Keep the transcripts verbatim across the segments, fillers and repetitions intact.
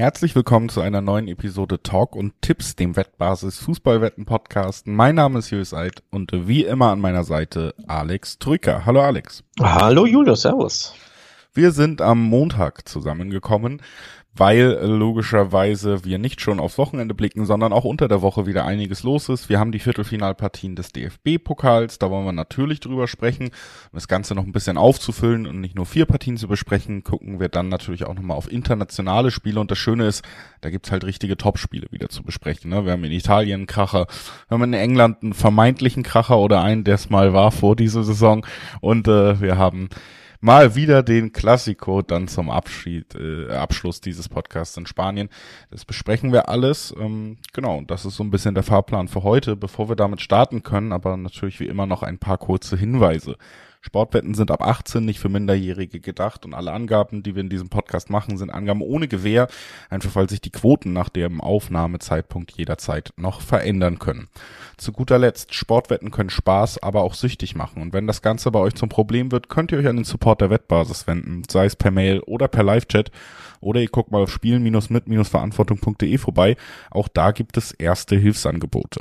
Herzlich willkommen zu einer neuen Episode Talk und Tipps, dem Wettbasis Fußballwetten-Podcast. Mein Name ist Julius Eid und wie immer an meiner Seite Alex Trücker. Hallo Alex. Hallo Julius, servus. Wir sind am Montag zusammengekommen, weil logischerweise wir nicht schon aufs Wochenende blicken, sondern auch unter der Woche wieder einiges los ist. Wir haben die Viertelfinalpartien des D F B-Pokals, da wollen wir natürlich drüber sprechen. Um das Ganze noch ein bisschen aufzufüllen und nicht nur vier Partien zu besprechen, gucken wir dann natürlich auch nochmal auf internationale Spiele. Und das Schöne ist, da gibt's halt richtige Top-Spiele wieder zu besprechen. Ne? Wir haben in Italien einen Kracher, wir haben in England einen vermeintlichen Kracher oder einen, der es mal war vor dieser Saison. Und äh, wir haben mal wieder den Klassiko dann zum Abschied, äh, Abschluss dieses Podcasts in Spanien. Das besprechen wir alles. Ähm, genau, und das ist so ein bisschen der Fahrplan für heute, bevor wir damit starten können. Aber natürlich wie immer noch ein paar kurze Hinweise. Sportwetten sind ab achtzehn, nicht für Minderjährige gedacht und alle Angaben, die wir in diesem Podcast machen, sind Angaben ohne Gewähr, einfach weil sich die Quoten nach dem Aufnahmezeitpunkt jederzeit noch verändern können. Zu guter Letzt, Sportwetten können Spaß, aber auch süchtig machen und wenn das Ganze bei euch zum Problem wird, könnt ihr euch an den Support der Wettbasis wenden, sei es per Mail oder per Live-Chat oder ihr guckt mal auf spielen mit verantwortung punkt de vorbei, auch da gibt es erste Hilfsangebote.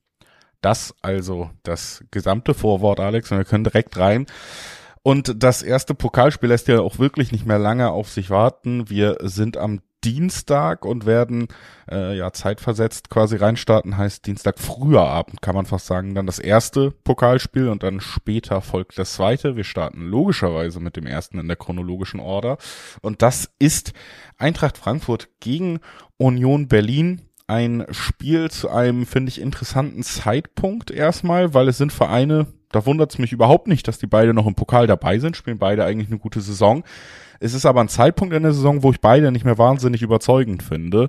Das also das gesamte Vorwort, Alex, und wir können direkt rein. Und das erste Pokalspiel lässt ja auch wirklich nicht mehr lange auf sich warten. Wir sind am Dienstag und werden äh, ja zeitversetzt quasi reinstarten, heißt Dienstag früher Abend, kann man fast sagen, dann das erste Pokalspiel und dann später folgt das zweite. Wir starten logischerweise mit dem ersten in der chronologischen Order und das ist Eintracht Frankfurt gegen Union Berlin. Ein Spiel zu einem, finde ich, interessanten Zeitpunkt erstmal, weil es sind Vereine, da wundert es mich überhaupt nicht, dass die beide noch im Pokal dabei sind, spielen beide eigentlich eine gute Saison. Es ist aber ein Zeitpunkt in der Saison, wo ich beide nicht mehr wahnsinnig überzeugend finde.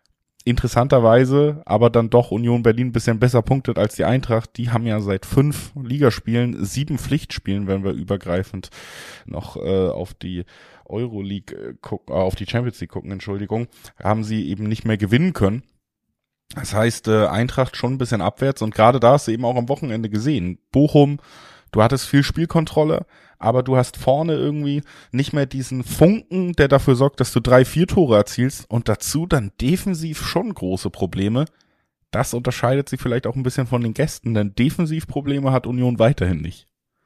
Interessanterweise aber dann doch Union Berlin ein bisschen besser punktet als die Eintracht. Die haben ja seit fünf Ligaspielen, sieben Pflichtspielen, wenn wir übergreifend noch äh, auf die Euroleague gucken, äh, auf die Champions League gucken, Entschuldigung, haben sie eben nicht mehr gewinnen können. Das heißt, äh, Eintracht schon ein bisschen abwärts und gerade da hast du eben auch am Wochenende gesehen. Bochum, du hattest viel Spielkontrolle, aber du hast vorne irgendwie nicht mehr diesen Funken, der dafür sorgt, dass du drei, vier Tore erzielst und dazu dann defensiv schon große Probleme. Das unterscheidet sie vielleicht auch ein bisschen von den Gästen, denn Defensivprobleme hat Union weiterhin nicht.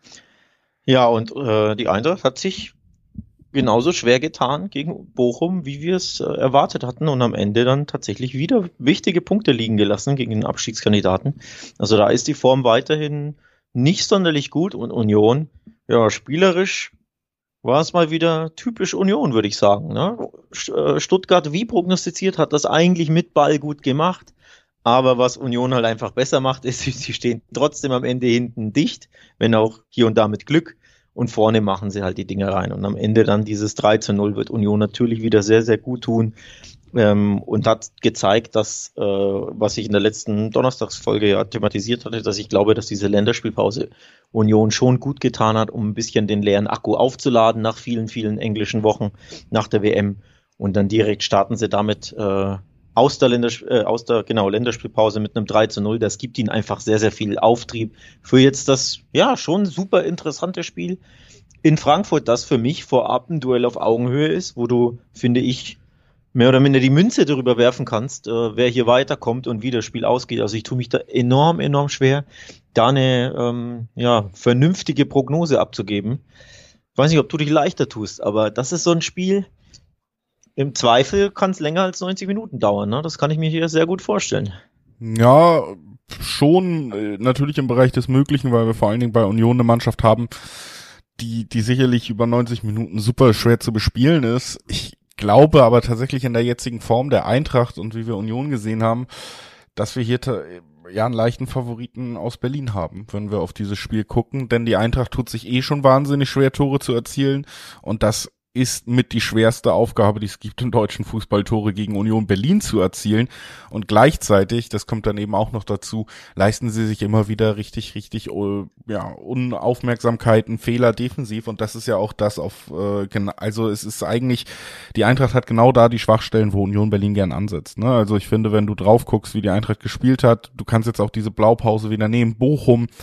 Ja, und äh, die Eintracht hat sich genauso schwer getan gegen Bochum, wie wir es äh, erwartet hatten und am Ende dann tatsächlich wieder wichtige Punkte liegen gelassen gegen den Abstiegskandidaten. Also da ist die Form weiterhin nicht sonderlich gut und Union, ja, spielerisch war es mal wieder typisch Union, würde ich sagen. Ne? Stuttgart, wie prognostiziert, hat das eigentlich mit Ball gut gemacht, aber was Union halt einfach besser macht, ist, sie stehen trotzdem am Ende hinten dicht, wenn auch hier und da mit Glück. Und vorne machen sie halt die Dinge rein. Und am Ende dann dieses drei zu null wird Union natürlich wieder sehr, sehr gut tun. Ähm, und hat gezeigt, dass, äh, was ich in der letzten Donnerstagsfolge ja thematisiert hatte, dass ich glaube, dass diese Länderspielpause Union schon gut getan hat, um ein bisschen den leeren Akku aufzuladen nach vielen, vielen englischen Wochen nach der W M. Und dann direkt starten sie damit äh, aus der, Länders- äh, aus der genau, Länderspielpause mit einem drei zu null. Das gibt ihnen einfach sehr, sehr viel Auftrieb für jetzt das, ja, schon super interessante Spiel in Frankfurt, das für mich vorab ein Duell auf Augenhöhe ist, wo du, finde ich, mehr oder minder die Münze darüber werfen kannst, äh, wer hier weiterkommt und wie das Spiel ausgeht. Also ich tue mich da enorm, enorm schwer, da eine ähm, ja, vernünftige Prognose abzugeben. Ich weiß nicht, ob du dich leichter tust, aber das ist so ein Spiel, im Zweifel kann es länger als neunzig Minuten dauern, ne? Das kann ich mir hier sehr gut vorstellen. Ja, schon äh, natürlich im Bereich des Möglichen, weil wir vor allen Dingen bei Union eine Mannschaft haben, die die sicherlich über neunzig Minuten super schwer zu bespielen ist. Ich glaube aber tatsächlich in der jetzigen Form der Eintracht und wie wir Union gesehen haben, dass wir hier ta- ja einen leichten Favoriten aus Berlin haben, wenn wir auf dieses Spiel gucken, denn die Eintracht tut sich eh schon wahnsinnig schwer, Tore zu erzielen und das ist mit die schwerste Aufgabe, die es gibt im deutschen Fußball, Tore gegen Union Berlin zu erzielen. Und gleichzeitig, das kommt dann eben auch noch dazu, leisten sie sich immer wieder richtig, richtig ja, Unaufmerksamkeiten, Fehler defensiv. Und das ist ja auch das auf, äh, also es ist eigentlich, die Eintracht hat genau da die Schwachstellen, wo Union Berlin gern ansetzt. Ne? Also ich finde, wenn du drauf guckst, wie die Eintracht gespielt hat, du kannst jetzt auch diese Blaupause wieder nehmen, Bochum,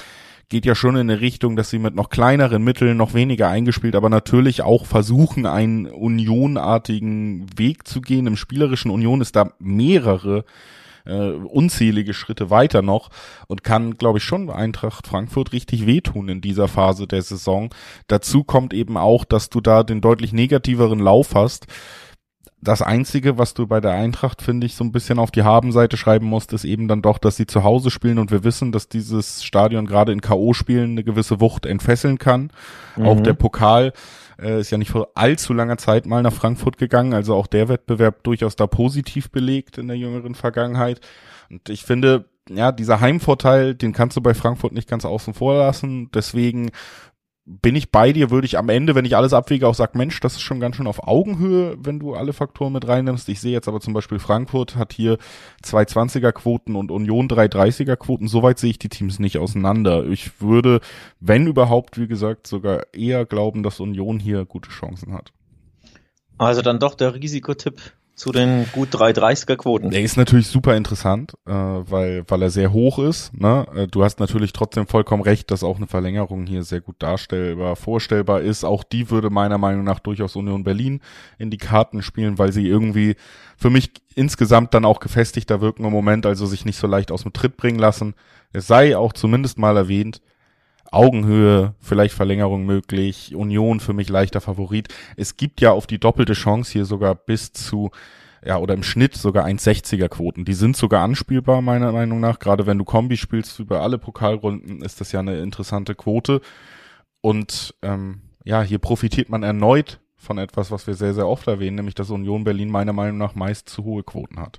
geht ja schon in eine Richtung, dass sie mit noch kleineren Mitteln, noch weniger eingespielt, aber natürlich auch versuchen, einen unionartigen Weg zu gehen. Im spielerischen Union ist da mehrere Uh, unzählige Schritte weiter noch und kann, glaube ich, schon Eintracht Frankfurt richtig wehtun in dieser Phase der Saison. Dazu kommt eben auch, dass du da den deutlich negativeren Lauf hast. Das Einzige, was du bei der Eintracht, finde ich, so ein bisschen auf die Habenseite schreiben musst, ist eben dann doch, dass sie zu Hause spielen und wir wissen, dass dieses Stadion gerade in K O-Spielen eine gewisse Wucht entfesseln kann. Mhm. Auch der Pokal äh, ist ja nicht vor allzu langer Zeit mal nach Frankfurt gegangen, also auch der Wettbewerb durchaus da positiv belegt in der jüngeren Vergangenheit. Und ich finde, ja, dieser Heimvorteil, den kannst du bei Frankfurt nicht ganz außen vor lassen, deswegen bin ich bei dir, würde ich am Ende, wenn ich alles abwäge, auch sagen, Mensch, das ist schon ganz schön auf Augenhöhe, wenn du alle Faktoren mit reinnimmst. Ich sehe jetzt aber zum Beispiel Frankfurt hat hier zwei zwanziger-Quoten und Union drei dreißiger-Quoten. Soweit sehe ich die Teams nicht auseinander. Ich würde, wenn überhaupt, wie gesagt, sogar eher glauben, dass Union hier gute Chancen hat. Also dann doch der Risikotipp zu den gut drei dreißiger-Quoten. Der ist natürlich super interessant, äh, weil weil er sehr hoch ist. Ne? Du hast natürlich trotzdem vollkommen recht, dass auch eine Verlängerung hier sehr gut darstellbar, vorstellbar ist. Auch die würde meiner Meinung nach durchaus Union Berlin in die Karten spielen, weil sie irgendwie für mich insgesamt dann auch gefestigter wirken im Moment, also sich nicht so leicht aus dem Tritt bringen lassen. Es sei auch zumindest mal erwähnt, Augenhöhe, vielleicht Verlängerung möglich, Union für mich leichter Favorit. Es gibt ja auf die doppelte Chance hier sogar bis zu, ja, oder im Schnitt sogar eins sechziger Quoten. Die sind sogar anspielbar, meiner Meinung nach. Gerade wenn du Kombi spielst über alle Pokalrunden, ist das ja eine interessante Quote. Und ähm, ja, hier profitiert man erneut von etwas, was wir sehr, sehr oft erwähnen, nämlich dass Union Berlin meiner Meinung nach meist zu hohe Quoten hat.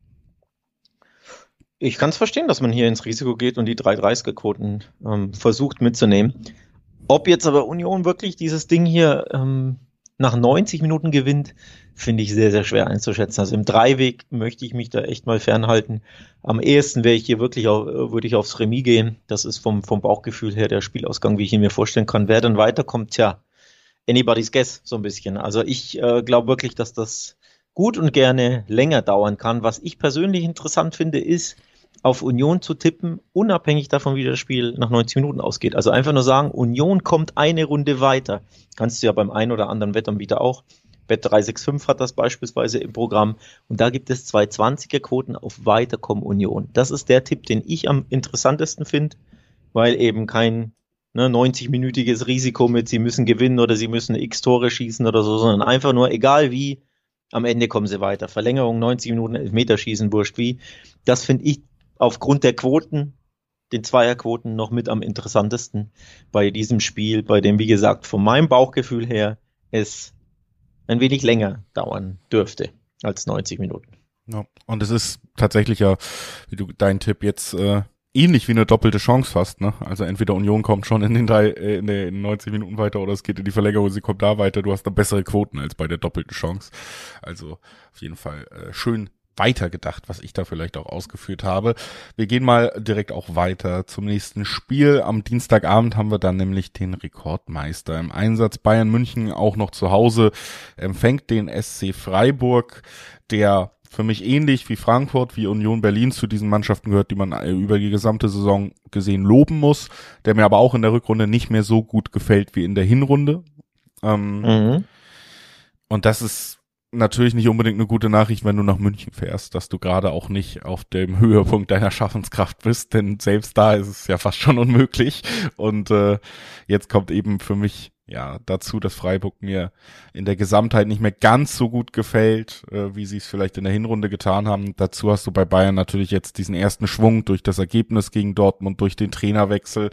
Ich kann es verstehen, dass man hier ins Risiko geht und die drei dreißiger-Quoten ähm, versucht mitzunehmen. Ob jetzt aber Union wirklich dieses Ding hier ähm, nach neunzig Minuten gewinnt, finde ich sehr, sehr schwer einzuschätzen. Also im Dreiweg möchte ich mich da echt mal fernhalten. Am ehesten wäre ich hier wirklich auf, würde ich aufs Remis gehen. Das ist vom, vom Bauchgefühl her der Spielausgang, wie ich ihn mir vorstellen kann. Wer dann weiterkommt, tja, anybody's guess, so ein bisschen. Also ich äh, glaube wirklich, dass das gut und gerne länger dauern kann. Was ich persönlich interessant finde, ist, auf Union zu tippen, unabhängig davon, wie das Spiel nach neunzig Minuten ausgeht. Also einfach nur sagen, Union kommt eine Runde weiter. Kannst du ja beim einen oder anderen Wettanbieter auch. Bet drei sechs fünf hat das beispielsweise im Programm. Und da gibt es zwei zwanziger-Quoten auf Weiterkommen Union. Das ist der Tipp, den ich am interessantesten finde, weil eben kein ne, neunzig-minütiges Risiko mit, sie müssen gewinnen oder sie müssen x Tore schießen oder so, sondern einfach nur, egal wie, am Ende kommen sie weiter. Verlängerung, neunzig Minuten, Elfmeterschießen, wurscht wie. Das finde ich aufgrund der Quoten, den Zweierquoten, noch mit am interessantesten bei diesem Spiel, bei dem, wie gesagt, von meinem Bauchgefühl her es ein wenig länger dauern dürfte als neunzig Minuten. Ja, und es ist tatsächlich ja, wie du dein Tipp jetzt äh, ähnlich wie eine doppelte Chance fast, ne? Also entweder Union kommt schon in den drei, äh, in den neunzig Minuten weiter oder es geht in die Verlängerung, sie kommt da weiter. Du hast dann bessere Quoten als bei der doppelten Chance. Also auf jeden Fall äh, schön weitergedacht, was ich da vielleicht auch ausgeführt habe. Wir gehen mal direkt auch weiter zum nächsten Spiel. Am Dienstagabend haben wir dann nämlich den Rekordmeister im Einsatz. Bayern München auch noch zu Hause empfängt den S C Freiburg, der für mich ähnlich wie Frankfurt, wie Union Berlin zu diesen Mannschaften gehört, die man über die gesamte Saison gesehen loben muss, der mir aber auch in der Rückrunde nicht mehr so gut gefällt wie in der Hinrunde. Ähm, mhm. Und das ist natürlich nicht unbedingt eine gute Nachricht, wenn du nach München fährst, dass du gerade auch nicht auf dem Höhepunkt deiner Schaffenskraft bist, denn selbst da ist es ja fast schon unmöglich. Und äh, jetzt kommt eben für mich ja dazu, dass Freiburg mir in der Gesamtheit nicht mehr ganz so gut gefällt, äh, wie sie es vielleicht in der Hinrunde getan haben. Dazu hast du bei Bayern natürlich jetzt diesen ersten Schwung durch das Ergebnis gegen Dortmund, durch den Trainerwechsel.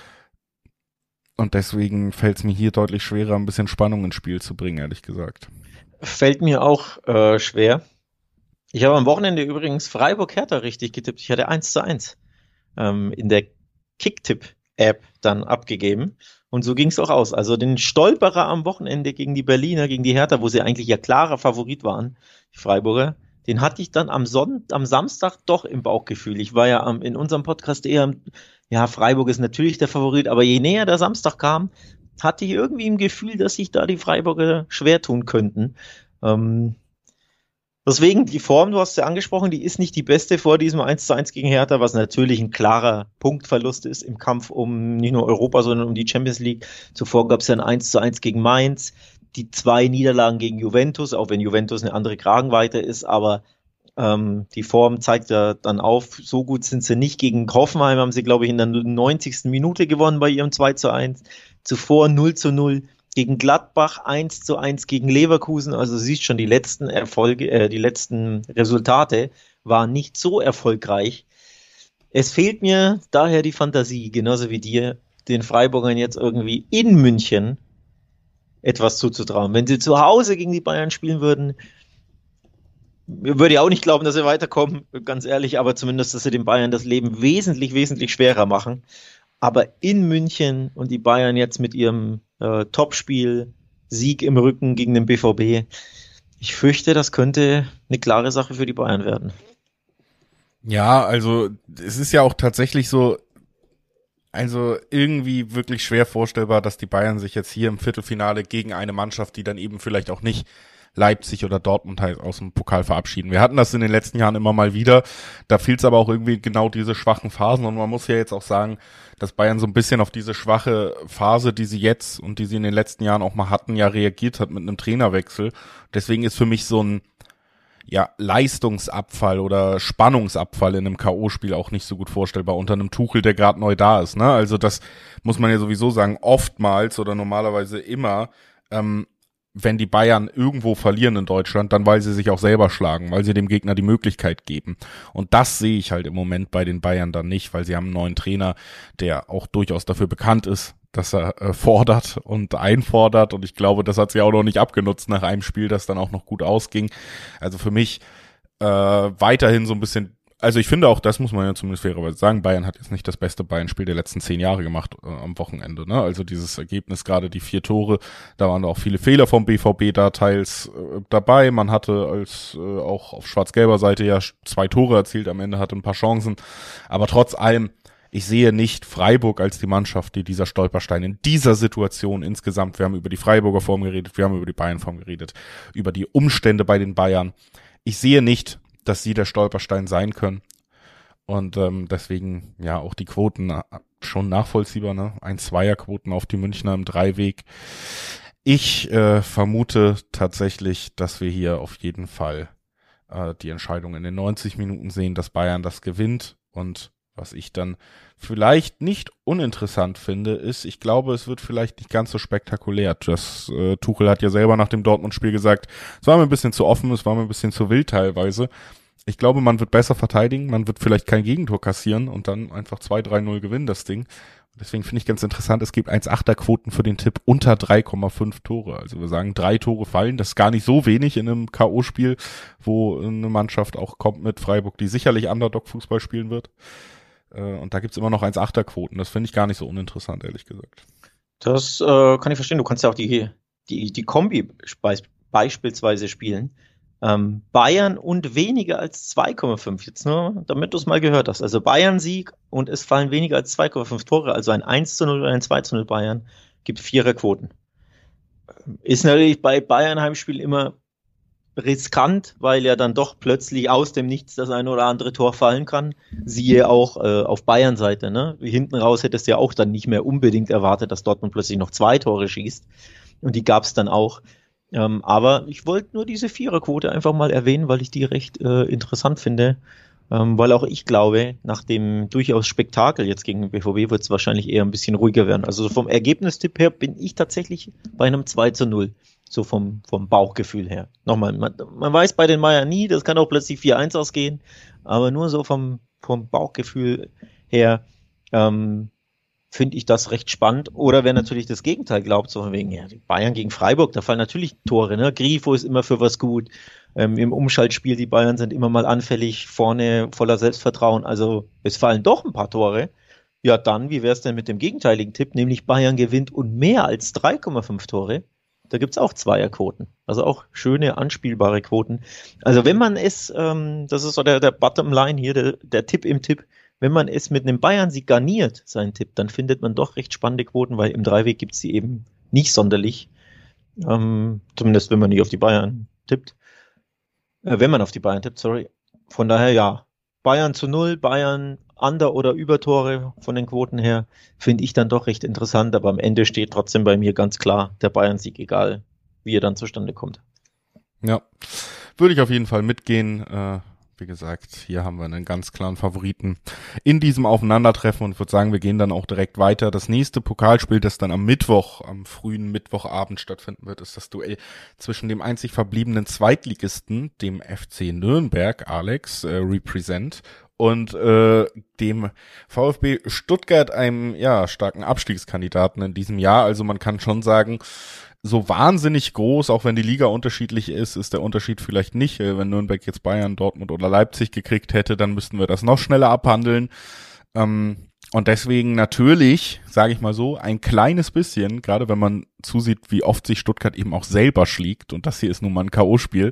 Und deswegen fällt es mir hier deutlich schwerer, ein bisschen Spannung ins Spiel zu bringen, ehrlich gesagt. Fällt mir auch äh, schwer. Ich habe am Wochenende übrigens Freiburg-Hertha richtig getippt. Ich hatte eins zu eins ähm, in der Kicktipp-App dann abgegeben. Und so ging es auch aus. Also den Stolperer am Wochenende gegen die Berliner, gegen die Hertha, wo sie eigentlich ja klarer Favorit waren, die Freiburger, den hatte ich dann am Sonn- am Samstag doch im Bauchgefühl. Ich war ja ähm, in unserem Podcast eher, ja, Freiburg ist natürlich der Favorit, aber je näher der Samstag kam, hatte ich irgendwie im Gefühl, dass sich da die Freiburger schwer tun könnten. Ähm, Deswegen die Form, du hast ja angesprochen, die ist nicht die beste vor diesem eins zu eins gegen Hertha, was natürlich ein klarer Punktverlust ist im Kampf um nicht nur Europa, sondern um die Champions League. Zuvor gab es ja ein eins zu eins gegen Mainz, die zwei Niederlagen gegen Juventus, auch wenn Juventus eine andere Kragenweite ist, aber ähm, die Form zeigt ja dann auf, so gut sind sie nicht. Gegen Hoffenheim haben sie, glaube ich, in der neunzigsten Minute gewonnen bei ihrem zwei zu eins. Zuvor null zu null. Gegen Gladbach eins zu eins gegen Leverkusen, also siehst schon, die letzten Erfolge, äh, die letzten Resultate waren nicht so erfolgreich. Es fehlt mir daher die Fantasie, genauso wie dir, den Freiburgern jetzt irgendwie in München etwas zuzutrauen. Wenn sie zu Hause gegen die Bayern spielen würden, würde ich auch nicht glauben, dass sie weiterkommen, ganz ehrlich, aber zumindest, dass sie den Bayern das Leben wesentlich, wesentlich schwerer machen. Aber in München und die Bayern jetzt mit ihrem äh, Topspiel, Sieg im Rücken gegen den B V B, ich fürchte, das könnte eine klare Sache für die Bayern werden. Ja, also es ist ja auch tatsächlich so, also irgendwie wirklich schwer vorstellbar, dass die Bayern sich jetzt hier im Viertelfinale gegen eine Mannschaft, die dann eben vielleicht auch nicht Leipzig oder Dortmund halt aus dem Pokal verabschieden. Wir hatten das in den letzten Jahren immer mal wieder. Da fehlt es aber auch irgendwie genau diese schwachen Phasen. Und man muss ja jetzt auch sagen, dass Bayern so ein bisschen auf diese schwache Phase, die sie jetzt und die sie in den letzten Jahren auch mal hatten, ja reagiert hat mit einem Trainerwechsel. Deswegen ist für mich so ein ja Leistungsabfall oder Spannungsabfall in einem K O-Spiel auch nicht so gut vorstellbar unter einem Tuchel, der gerade neu da ist. Ne? Also das muss man ja sowieso sagen, oftmals oder normalerweise immer, ähm, wenn die Bayern irgendwo verlieren in Deutschland, dann weil sie sich auch selber schlagen, weil sie dem Gegner die Möglichkeit geben. Und das sehe ich halt im Moment bei den Bayern dann nicht, weil sie haben einen neuen Trainer, der auch durchaus dafür bekannt ist, dass er äh, fordert und einfordert. Und ich glaube, das hat sie auch noch nicht abgenutzt nach einem Spiel, das dann auch noch gut ausging. Also für mich äh, weiterhin so ein bisschen. Also ich finde auch, das muss man ja zumindest fairerweise sagen, Bayern hat jetzt nicht das beste Bayern-Spiel der letzten zehn Jahre gemacht äh, am Wochenende. Ne? Also dieses Ergebnis, gerade die vier Tore, da waren auch viele Fehler vom B V B da teils äh, dabei. Man hatte als äh, auch auf schwarz-gelber Seite ja zwei Tore erzielt, am Ende hatte ein paar Chancen. Aber trotz allem, ich sehe nicht Freiburg als die Mannschaft, die dieser Stolperstein in dieser Situation insgesamt, wir haben über die Freiburger Form geredet, wir haben über die Bayern-Form geredet, über die Umstände bei den Bayern. Ich sehe nicht, dass sie der Stolperstein sein können. Und ähm, deswegen ja auch die Quoten schon nachvollziehbar, ne? Ein Zweierquoten auf die Münchner im Dreiweg. Ich äh, vermute tatsächlich, dass wir hier auf jeden Fall äh, die Entscheidung in den neunzig Minuten sehen, dass Bayern das gewinnt. Und was ich dann vielleicht nicht uninteressant finde, ist, ich glaube, es wird vielleicht nicht ganz so spektakulär. Das äh, Tuchel hat ja selber nach dem Dortmund-Spiel gesagt, es war mir ein bisschen zu offen, es war mir ein bisschen zu wild teilweise. Ich glaube, man wird besser verteidigen, man wird vielleicht kein Gegentor kassieren und dann einfach zwei drei null gewinnen, das Ding. Deswegen finde ich ganz interessant, es gibt eins Komma achter Quoten für den Tipp unter drei Komma fünf Tore. Also wir sagen, drei Tore fallen, das ist gar nicht so wenig in einem K O-Spiel, wo eine Mannschaft auch kommt mit Freiburg, die sicherlich Underdog-Fußball spielen wird. Und da gibt's immer noch eins Komma achter Quoten. Das finde ich gar nicht so uninteressant, ehrlich gesagt. Das äh, kann ich verstehen. Du kannst ja auch die, die, die Kombi beisp- beispielsweise spielen. Ähm, Bayern und weniger als zwei Komma fünf. Jetzt nur, damit du es mal gehört hast. Also Bayern-Sieg und es fallen weniger als zwei Komma fünf Tore. Also ein eins zu null oder ein zwei zu null Bayern gibt Viererquoten. Ist natürlich bei Bayern-Heimspielen immer riskant, weil ja dann doch plötzlich aus dem Nichts das eine oder andere Tor fallen kann. Siehe auch äh, auf Bayern-Seite, ne? Hinten raus hättest du ja auch dann nicht mehr unbedingt erwartet, dass Dortmund plötzlich noch zwei Tore schießt. Und die gab's dann auch. Ähm, aber ich wollte nur diese Viererquote einfach mal erwähnen, weil ich die recht äh, interessant finde. Ähm, weil auch ich glaube, nach dem durchaus Spektakel jetzt gegen den B V B wird es wahrscheinlich eher ein bisschen ruhiger werden. Also vom Ergebnistipp her bin ich tatsächlich bei einem zwei zu null. So vom, vom Bauchgefühl her. Nochmal, man, man weiß bei den Bayern nie, das kann auch plötzlich vier eins ausgehen, aber nur so vom, vom Bauchgefühl her ähm, finde ich das recht spannend. Oder wer natürlich das Gegenteil glaubt, so von wegen, ja, die Bayern gegen Freiburg, da fallen natürlich Tore, ne? Grifo ist immer für was gut. Ähm, im Umschaltspiel, die Bayern sind immer mal anfällig, vorne voller Selbstvertrauen, also es fallen doch ein paar Tore. Ja, dann, wie wäre es denn mit dem gegenteiligen Tipp, nämlich Bayern gewinnt und mehr als drei Komma fünf Tore? Da gibt's auch Zweierquoten, also auch schöne, anspielbare Quoten. Also wenn man es, ähm, das ist so der, der Bottomline hier, der, der Tipp im Tipp, wenn man es mit einem Bayern-Sieg garniert, seinen Tipp, dann findet man doch recht spannende Quoten, weil im Dreiweg gibt's sie eben nicht sonderlich, ähm, zumindest wenn man nicht auf die Bayern tippt. Äh, wenn man auf die Bayern tippt, sorry. Von daher ja. Bayern zu null, Bayern Under- oder Übertore von den Quoten her, finde ich dann doch recht interessant, aber am Ende steht trotzdem bei mir ganz klar der Bayern-Sieg, egal wie er dann zustande kommt. Ja, würde ich auf jeden Fall mitgehen. Äh, wie gesagt, hier haben wir einen ganz klaren Favoriten in diesem Aufeinandertreffen und würde sagen, wir gehen dann auch direkt weiter. Das nächste Pokalspiel, das dann am Mittwoch, am frühen Mittwochabend stattfinden wird, ist das Duell zwischen dem einzig verbliebenen Zweitligisten, dem F C Nürnberg, Alex, äh, Represent, und äh, dem VfB Stuttgart, einem ja starken Abstiegskandidaten in diesem Jahr. Also man kann schon sagen, so wahnsinnig groß, auch wenn die Liga unterschiedlich ist, ist der Unterschied vielleicht nicht. Wenn Nürnberg jetzt Bayern, Dortmund oder Leipzig gekriegt hätte, dann müssten wir das noch schneller abhandeln. Und deswegen natürlich, sage ich mal so, ein kleines bisschen, gerade wenn man zusieht, wie oft sich Stuttgart eben auch selber schlägt, und das hier ist nun mal ein K O-Spiel,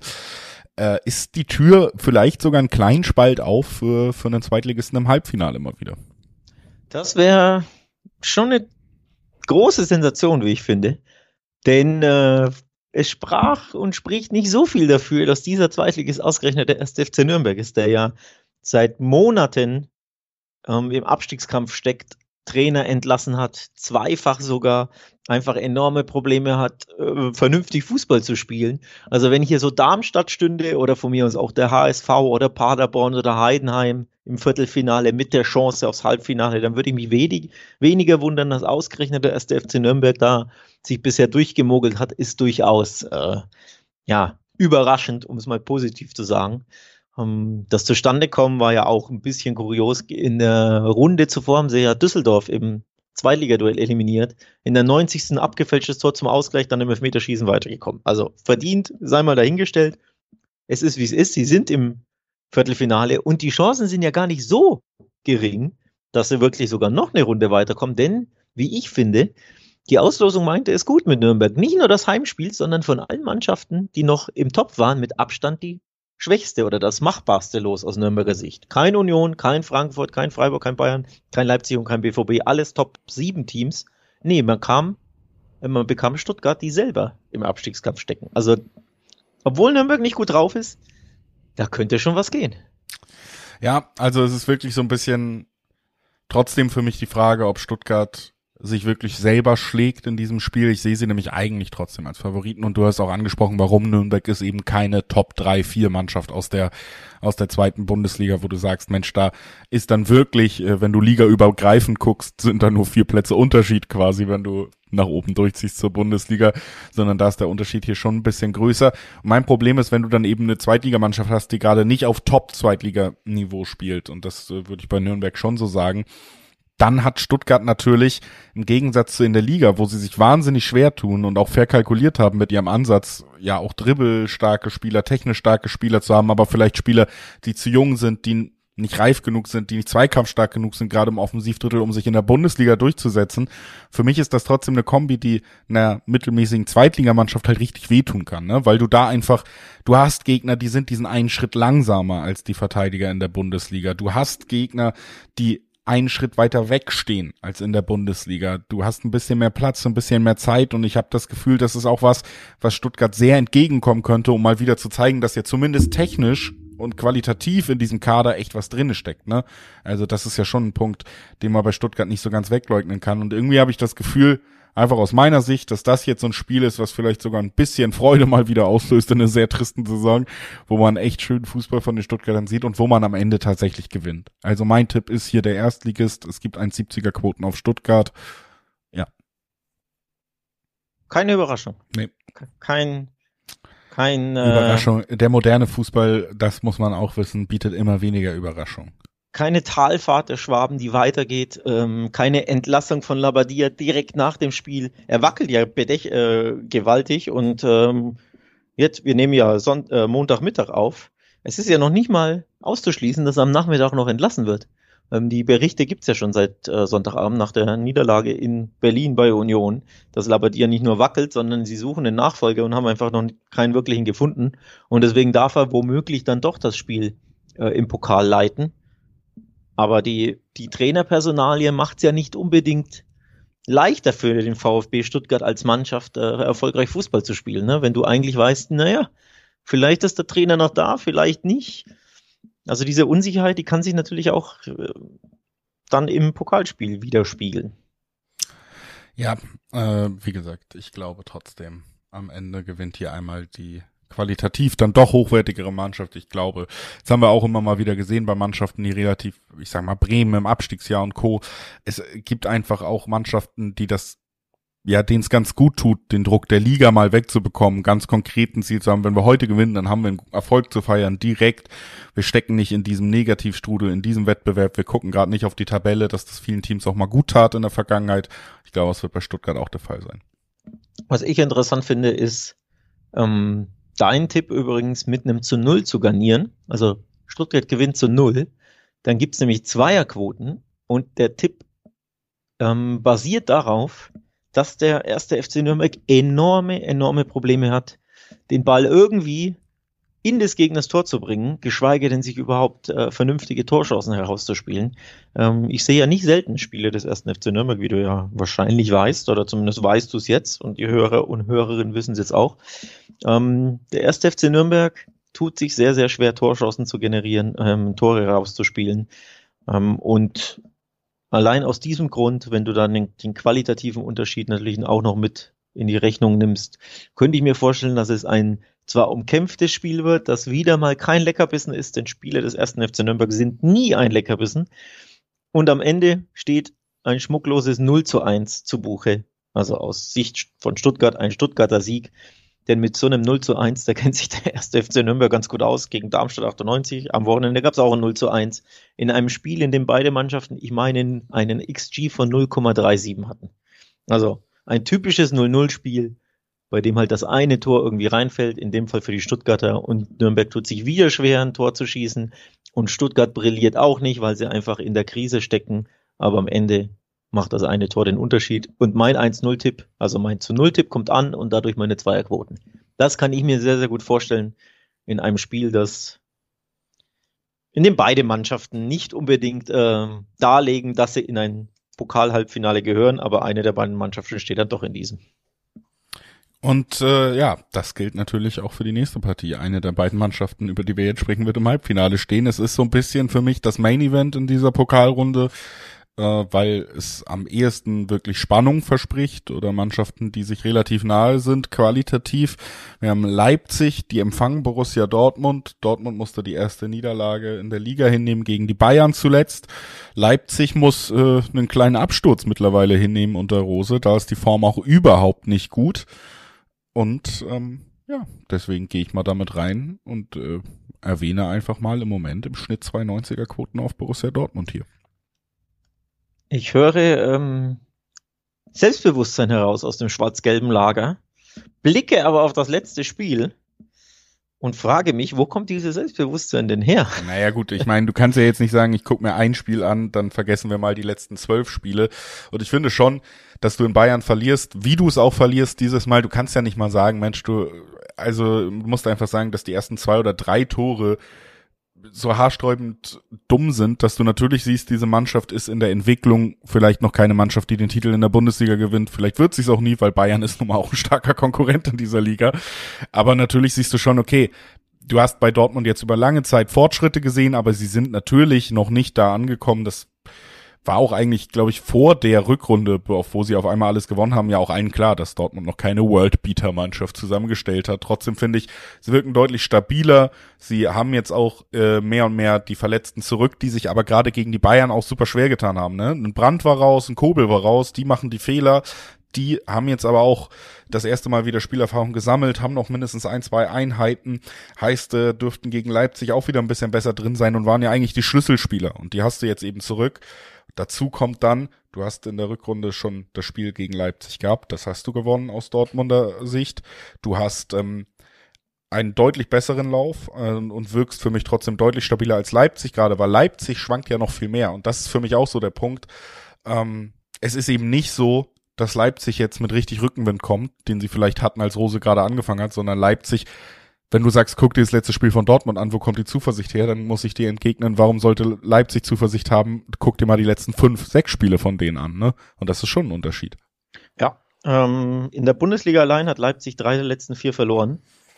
ist die Tür vielleicht sogar einen kleinen Spalt auf für, für einen Zweitligisten im Halbfinale immer wieder. Das wäre schon eine große Sensation, wie ich finde. Denn äh, es sprach und spricht nicht so viel dafür, dass dieser Zweitligist ausgerechnet der erste F C Nürnberg ist, der ja seit Monaten ähm, im Abstiegskampf steckt, Trainer entlassen hat, zweifach sogar, einfach enorme Probleme hat, äh, vernünftig Fußball zu spielen. Also wenn hier so Darmstadt stünde oder von mir aus auch der H S V oder Paderborn oder Heidenheim im Viertelfinale mit der Chance aufs Halbfinale, dann würde ich mich wenig, weniger wundern, dass ausgerechnet der erste F C Nürnberg da sich bisher durchgemogelt hat, ist durchaus äh, ja überraschend, um es mal positiv zu sagen. Um, das Zustandekommen war ja auch ein bisschen kurios. In der Runde zuvor haben sie ja Düsseldorf im Zweitligaduell eliminiert. In der neunzigsten abgefälschtes Tor zum Ausgleich, dann im Elfmeterschießen weitergekommen. Also verdient, sei mal dahingestellt. Es ist, wie es ist. Sie sind im Viertelfinale und die Chancen sind ja gar nicht so gering, dass sie wirklich sogar noch eine Runde weiterkommen. Denn, wie ich finde, die Auslosung meinte es gut mit Nürnberg. Nicht nur das Heimspiel, sondern von allen Mannschaften, die noch im Top waren, mit Abstand die schwächste oder das machbarste Los aus Nürnberger Sicht. Kein Union, kein Frankfurt, kein Freiburg, kein Bayern, kein Leipzig und kein B V B. Alles Top sieben Teams. Nee, man kam, man bekam Stuttgart, die selber im Abstiegskampf stecken. Also, obwohl Nürnberg nicht gut drauf ist, da könnte schon was gehen. Ja, also es ist wirklich so ein bisschen trotzdem für mich die Frage, ob Stuttgart sich wirklich selber schlägt in diesem Spiel. Ich sehe sie nämlich eigentlich trotzdem als Favoriten und du hast auch angesprochen, warum Nürnberg ist eben keine Top drei vier Mannschaft aus der aus der zweiten Bundesliga, wo du sagst, Mensch, da ist dann wirklich, wenn du ligaübergreifend guckst, sind da nur vier Plätze Unterschied quasi, wenn du nach oben durchziehst zur Bundesliga, sondern da ist der Unterschied hier schon ein bisschen größer. Und mein Problem ist, wenn du dann eben eine Zweitligamannschaft hast, die gerade nicht auf Top-Zweitliga-Niveau spielt, und das äh, würde ich bei Nürnberg schon so sagen, dann hat Stuttgart natürlich im Gegensatz zu in der Liga, wo sie sich wahnsinnig schwer tun und auch verkalkuliert haben mit ihrem Ansatz, ja auch dribbelstarke Spieler, technisch starke Spieler zu haben, aber vielleicht Spieler, die zu jung sind, die nicht reif genug sind, die nicht zweikampfstark genug sind, gerade im Offensivdrittel, um sich in der Bundesliga durchzusetzen. Für mich ist das trotzdem eine Kombi, die einer mittelmäßigen Zweitligamannschaft halt richtig wehtun kann, ne? Weil du da einfach, du hast Gegner, die sind diesen einen Schritt langsamer als die Verteidiger in der Bundesliga. Du hast Gegner, die einen Schritt weiter wegstehen als in der Bundesliga. Du hast ein bisschen mehr Platz, ein bisschen mehr Zeit und ich habe das Gefühl, das ist auch was, was Stuttgart sehr entgegenkommen könnte, um mal wieder zu zeigen, dass ja zumindest technisch und qualitativ in diesem Kader echt was drinne steckt, ne? Also das ist ja schon ein Punkt, den man bei Stuttgart nicht so ganz wegleugnen kann und irgendwie habe ich das Gefühl, einfach aus meiner Sicht, dass das jetzt so ein Spiel ist, was vielleicht sogar ein bisschen Freude mal wieder auslöst in einer sehr tristen Saison, wo man echt schönen Fußball von den Stuttgartern sieht und wo man am Ende tatsächlich gewinnt. Also mein Tipp ist hier der Erstligist. Es gibt eins Komma siebziger Quoten auf Stuttgart. Ja. Keine Überraschung. Nee. Kein, kein, äh, Überraschung. Der moderne Fußball, das muss man auch wissen, bietet immer weniger Überraschung. Keine Talfahrt der Schwaben, die weitergeht, ähm, keine Entlassung von Labadia direkt nach dem Spiel. Er wackelt ja bedech, äh, gewaltig und ähm, jetzt, wir nehmen ja Sonnt- äh, Montagmittag auf. Es ist ja noch nicht mal auszuschließen, dass er am Nachmittag noch entlassen wird. Ähm, die Berichte gibt's ja schon seit äh, Sonntagabend nach der Niederlage in Berlin bei Union, dass Labadia nicht nur wackelt, sondern sie suchen einen Nachfolger und haben einfach noch keinen wirklichen gefunden. Und deswegen darf er womöglich dann doch das Spiel äh, im Pokal leiten. Aber die, die Trainerpersonalie macht's ja nicht unbedingt leichter für den VfB Stuttgart als Mannschaft äh, erfolgreich Fußball zu spielen, ne? Wenn du eigentlich weißt, naja, Vielleicht ist der Trainer noch da, vielleicht nicht. Also diese Unsicherheit, die kann sich natürlich auch äh, dann im Pokalspiel widerspiegeln. Ja, äh, wie gesagt, ich glaube trotzdem, am Ende gewinnt hier einmal die qualitativ dann doch hochwertigere Mannschaft. Ich glaube, das haben wir auch immer mal wieder gesehen bei Mannschaften, die relativ, ich sag mal, Bremen im Abstiegsjahr und Co. Es gibt einfach auch Mannschaften, die das, ja, denen es ganz gut tut, den Druck der Liga mal wegzubekommen, ganz konkreten Ziel zu haben. Wenn wir heute gewinnen, dann haben wir einen Erfolg zu feiern, direkt. Wir stecken nicht in diesem Negativstrudel, in diesem Wettbewerb. Wir gucken gerade nicht auf die Tabelle, dass das vielen Teams auch mal gut tat in der Vergangenheit. Ich glaube, das wird bei Stuttgart auch der Fall sein. Was ich interessant finde, ist ähm, dein Tipp übrigens mit einem zu Null zu garnieren. Also Stuttgart gewinnt zu Null. Dann gibt's nämlich Zweierquoten und der Tipp ähm, basiert darauf, dass der erste F C Nürnberg enorme, enorme Probleme hat, den Ball irgendwie in des Gegners Tor zu bringen, geschweige denn sich überhaupt äh, vernünftige Torchancen herauszuspielen. Ähm, ich sehe ja nicht selten Spiele des ersten F C Nürnberg, wie du ja wahrscheinlich weißt, oder zumindest weißt du es jetzt und die Hörer und Hörerinnen wissen es jetzt auch. Ähm, der erste F C Nürnberg tut sich sehr, sehr schwer, Torchancen zu generieren, ähm, Tore herauszuspielen. Ähm, und allein aus diesem Grund, wenn du dann den, den qualitativen Unterschied natürlich auch noch mit in die Rechnung nimmst, könnte ich mir vorstellen, dass es ein zwar umkämpftes Spiel wird, das wieder mal kein Leckerbissen ist, denn Spiele des ersten F C Nürnberg sind nie ein Leckerbissen. Und am Ende steht ein schmuckloses null zu eins zu Buche. Also aus Sicht von Stuttgart ein Stuttgarter Sieg. Denn mit so einem null zu eins, da kennt sich der erste F C Nürnberg ganz gut aus, gegen Darmstadt achtundneunzig. Am Wochenende gab es auch ein null zu eins. In einem Spiel, in dem beide Mannschaften, ich meine, einen X G von null Komma siebenunddreißig hatten. Also ein typisches null null Spiel, bei dem halt das eine Tor irgendwie reinfällt, in dem Fall für die Stuttgarter. Und Nürnberg tut sich wieder schwer, ein Tor zu schießen. Und Stuttgart brilliert auch nicht, weil sie einfach in der Krise stecken. Aber am Ende macht das eine Tor den Unterschied. Und mein eins null Tipp, also mein zu null Tipp kommt an und dadurch meine Zweierquoten. Das kann ich mir sehr, sehr gut vorstellen in einem Spiel, das in dem beide Mannschaften nicht unbedingt äh, darlegen, dass sie in ein Pokal-Halbfinale gehören, aber eine der beiden Mannschaften steht dann doch in diesem. Und äh, ja, das gilt natürlich auch für die nächste Partie. Eine der beiden Mannschaften, über die wir jetzt sprechen, wird im Halbfinale stehen. Es ist so ein bisschen für mich das Main-Event in dieser Pokalrunde, äh, weil es am ehesten wirklich Spannung verspricht oder Mannschaften, die sich relativ nahe sind, qualitativ. Wir haben Leipzig, die empfangen Borussia Dortmund. Dortmund musste die erste Niederlage in der Liga hinnehmen gegen die Bayern zuletzt. Leipzig muss äh, einen kleinen Absturz mittlerweile hinnehmen unter Rose. Da ist die Form auch überhaupt nicht gut. Und ähm, ja, deswegen gehe ich mal damit rein und äh, erwähne einfach mal im Moment im Schnitt zwei neunziger Quoten auf Borussia Dortmund hier. Ich höre ähm, Selbstbewusstsein heraus aus dem schwarz-gelben Lager, blicke aber auf das letzte Spiel und frage mich, wo kommt dieses Selbstbewusstsein denn her? Naja gut, ich meine, du kannst ja jetzt nicht sagen, ich gucke mir ein Spiel an, dann vergessen wir mal die letzten zwölf Spiele. Und ich finde schon, dass du in Bayern verlierst, wie du es auch verlierst dieses Mal. Du kannst ja nicht mal sagen, Mensch, du, also du musst einfach sagen, dass die ersten zwei oder drei Tore so haarsträubend dumm sind, dass du natürlich siehst, diese Mannschaft ist in der Entwicklung vielleicht noch keine Mannschaft, die den Titel in der Bundesliga gewinnt. Vielleicht wird sie es auch nie, weil Bayern ist nun mal auch ein starker Konkurrent in dieser Liga. Aber natürlich siehst du schon, okay, du hast bei Dortmund jetzt über lange Zeit Fortschritte gesehen, aber sie sind natürlich noch nicht da angekommen. Das war auch eigentlich, glaube ich, vor der Rückrunde, wo sie auf einmal alles gewonnen haben, ja auch allen klar, dass Dortmund noch keine World-Beater-Mannschaft zusammengestellt hat. Trotzdem finde ich, sie wirken deutlich stabiler. Sie haben jetzt auch äh, mehr und mehr die Verletzten zurück, die sich aber gerade gegen die Bayern auch super schwer getan haben. Ne? Ein Brandt war raus, ein Kobel war raus, die machen die Fehler. Die haben jetzt aber auch das erste Mal wieder Spielerfahrung gesammelt, haben noch mindestens ein, zwei Einheiten. Heißt, äh, dürften gegen Leipzig auch wieder ein bisschen besser drin sein und waren ja eigentlich die Schlüsselspieler. Und die hast du jetzt eben zurück. Dazu kommt dann, du hast in der Rückrunde schon das Spiel gegen Leipzig gehabt, das hast du gewonnen aus Dortmunder Sicht. Du hast ähm, einen deutlich besseren Lauf äh, und wirkst für mich trotzdem deutlich stabiler als Leipzig, gerade weil Leipzig schwankt ja noch viel mehr. Und das ist für mich auch so der Punkt. Ähm, es ist eben nicht so, dass Leipzig jetzt mit richtig Rückenwind kommt, den sie vielleicht hatten, als Rose gerade angefangen hat, sondern Leipzig, wenn du sagst, guck dir das letzte Spiel von Dortmund an, wo kommt die Zuversicht her, dann muss ich dir entgegnen, warum sollte Leipzig Zuversicht haben? Guck dir mal die letzten fünf, sechs Spiele von denen an, ne? Und das ist schon ein Unterschied. Ja, ähm, in der Bundesliga allein hat Leipzig drei der letzten vier verloren.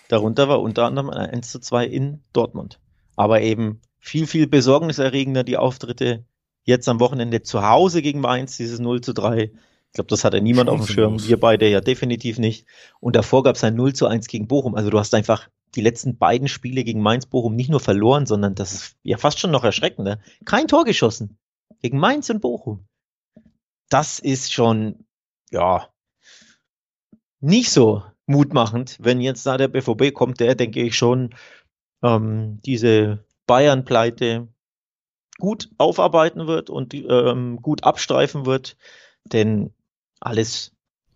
Darunter war unter anderem ein eins zu zwei in Dortmund. Aber eben viel, viel besorgniserregender die Auftritte jetzt am Wochenende zu Hause gegen Mainz, dieses null zu drei. Ich glaube, das hatte niemand auf dem Schirm. Wir beide ja definitiv nicht. Und davor gab es ein null zu eins gegen Bochum. Also du hast einfach die letzten beiden Spiele gegen Mainz-Bochum nicht nur verloren, sondern das ist ja fast schon noch erschreckender. Kein Tor geschossen. Gegen Mainz und Bochum. Das ist schon, ja, nicht so mutmachend. Wenn jetzt da der B V B kommt, der, denke ich schon, ähm, diese Bayern-Pleite gut aufarbeiten wird und ähm, gut abstreifen wird, denn alles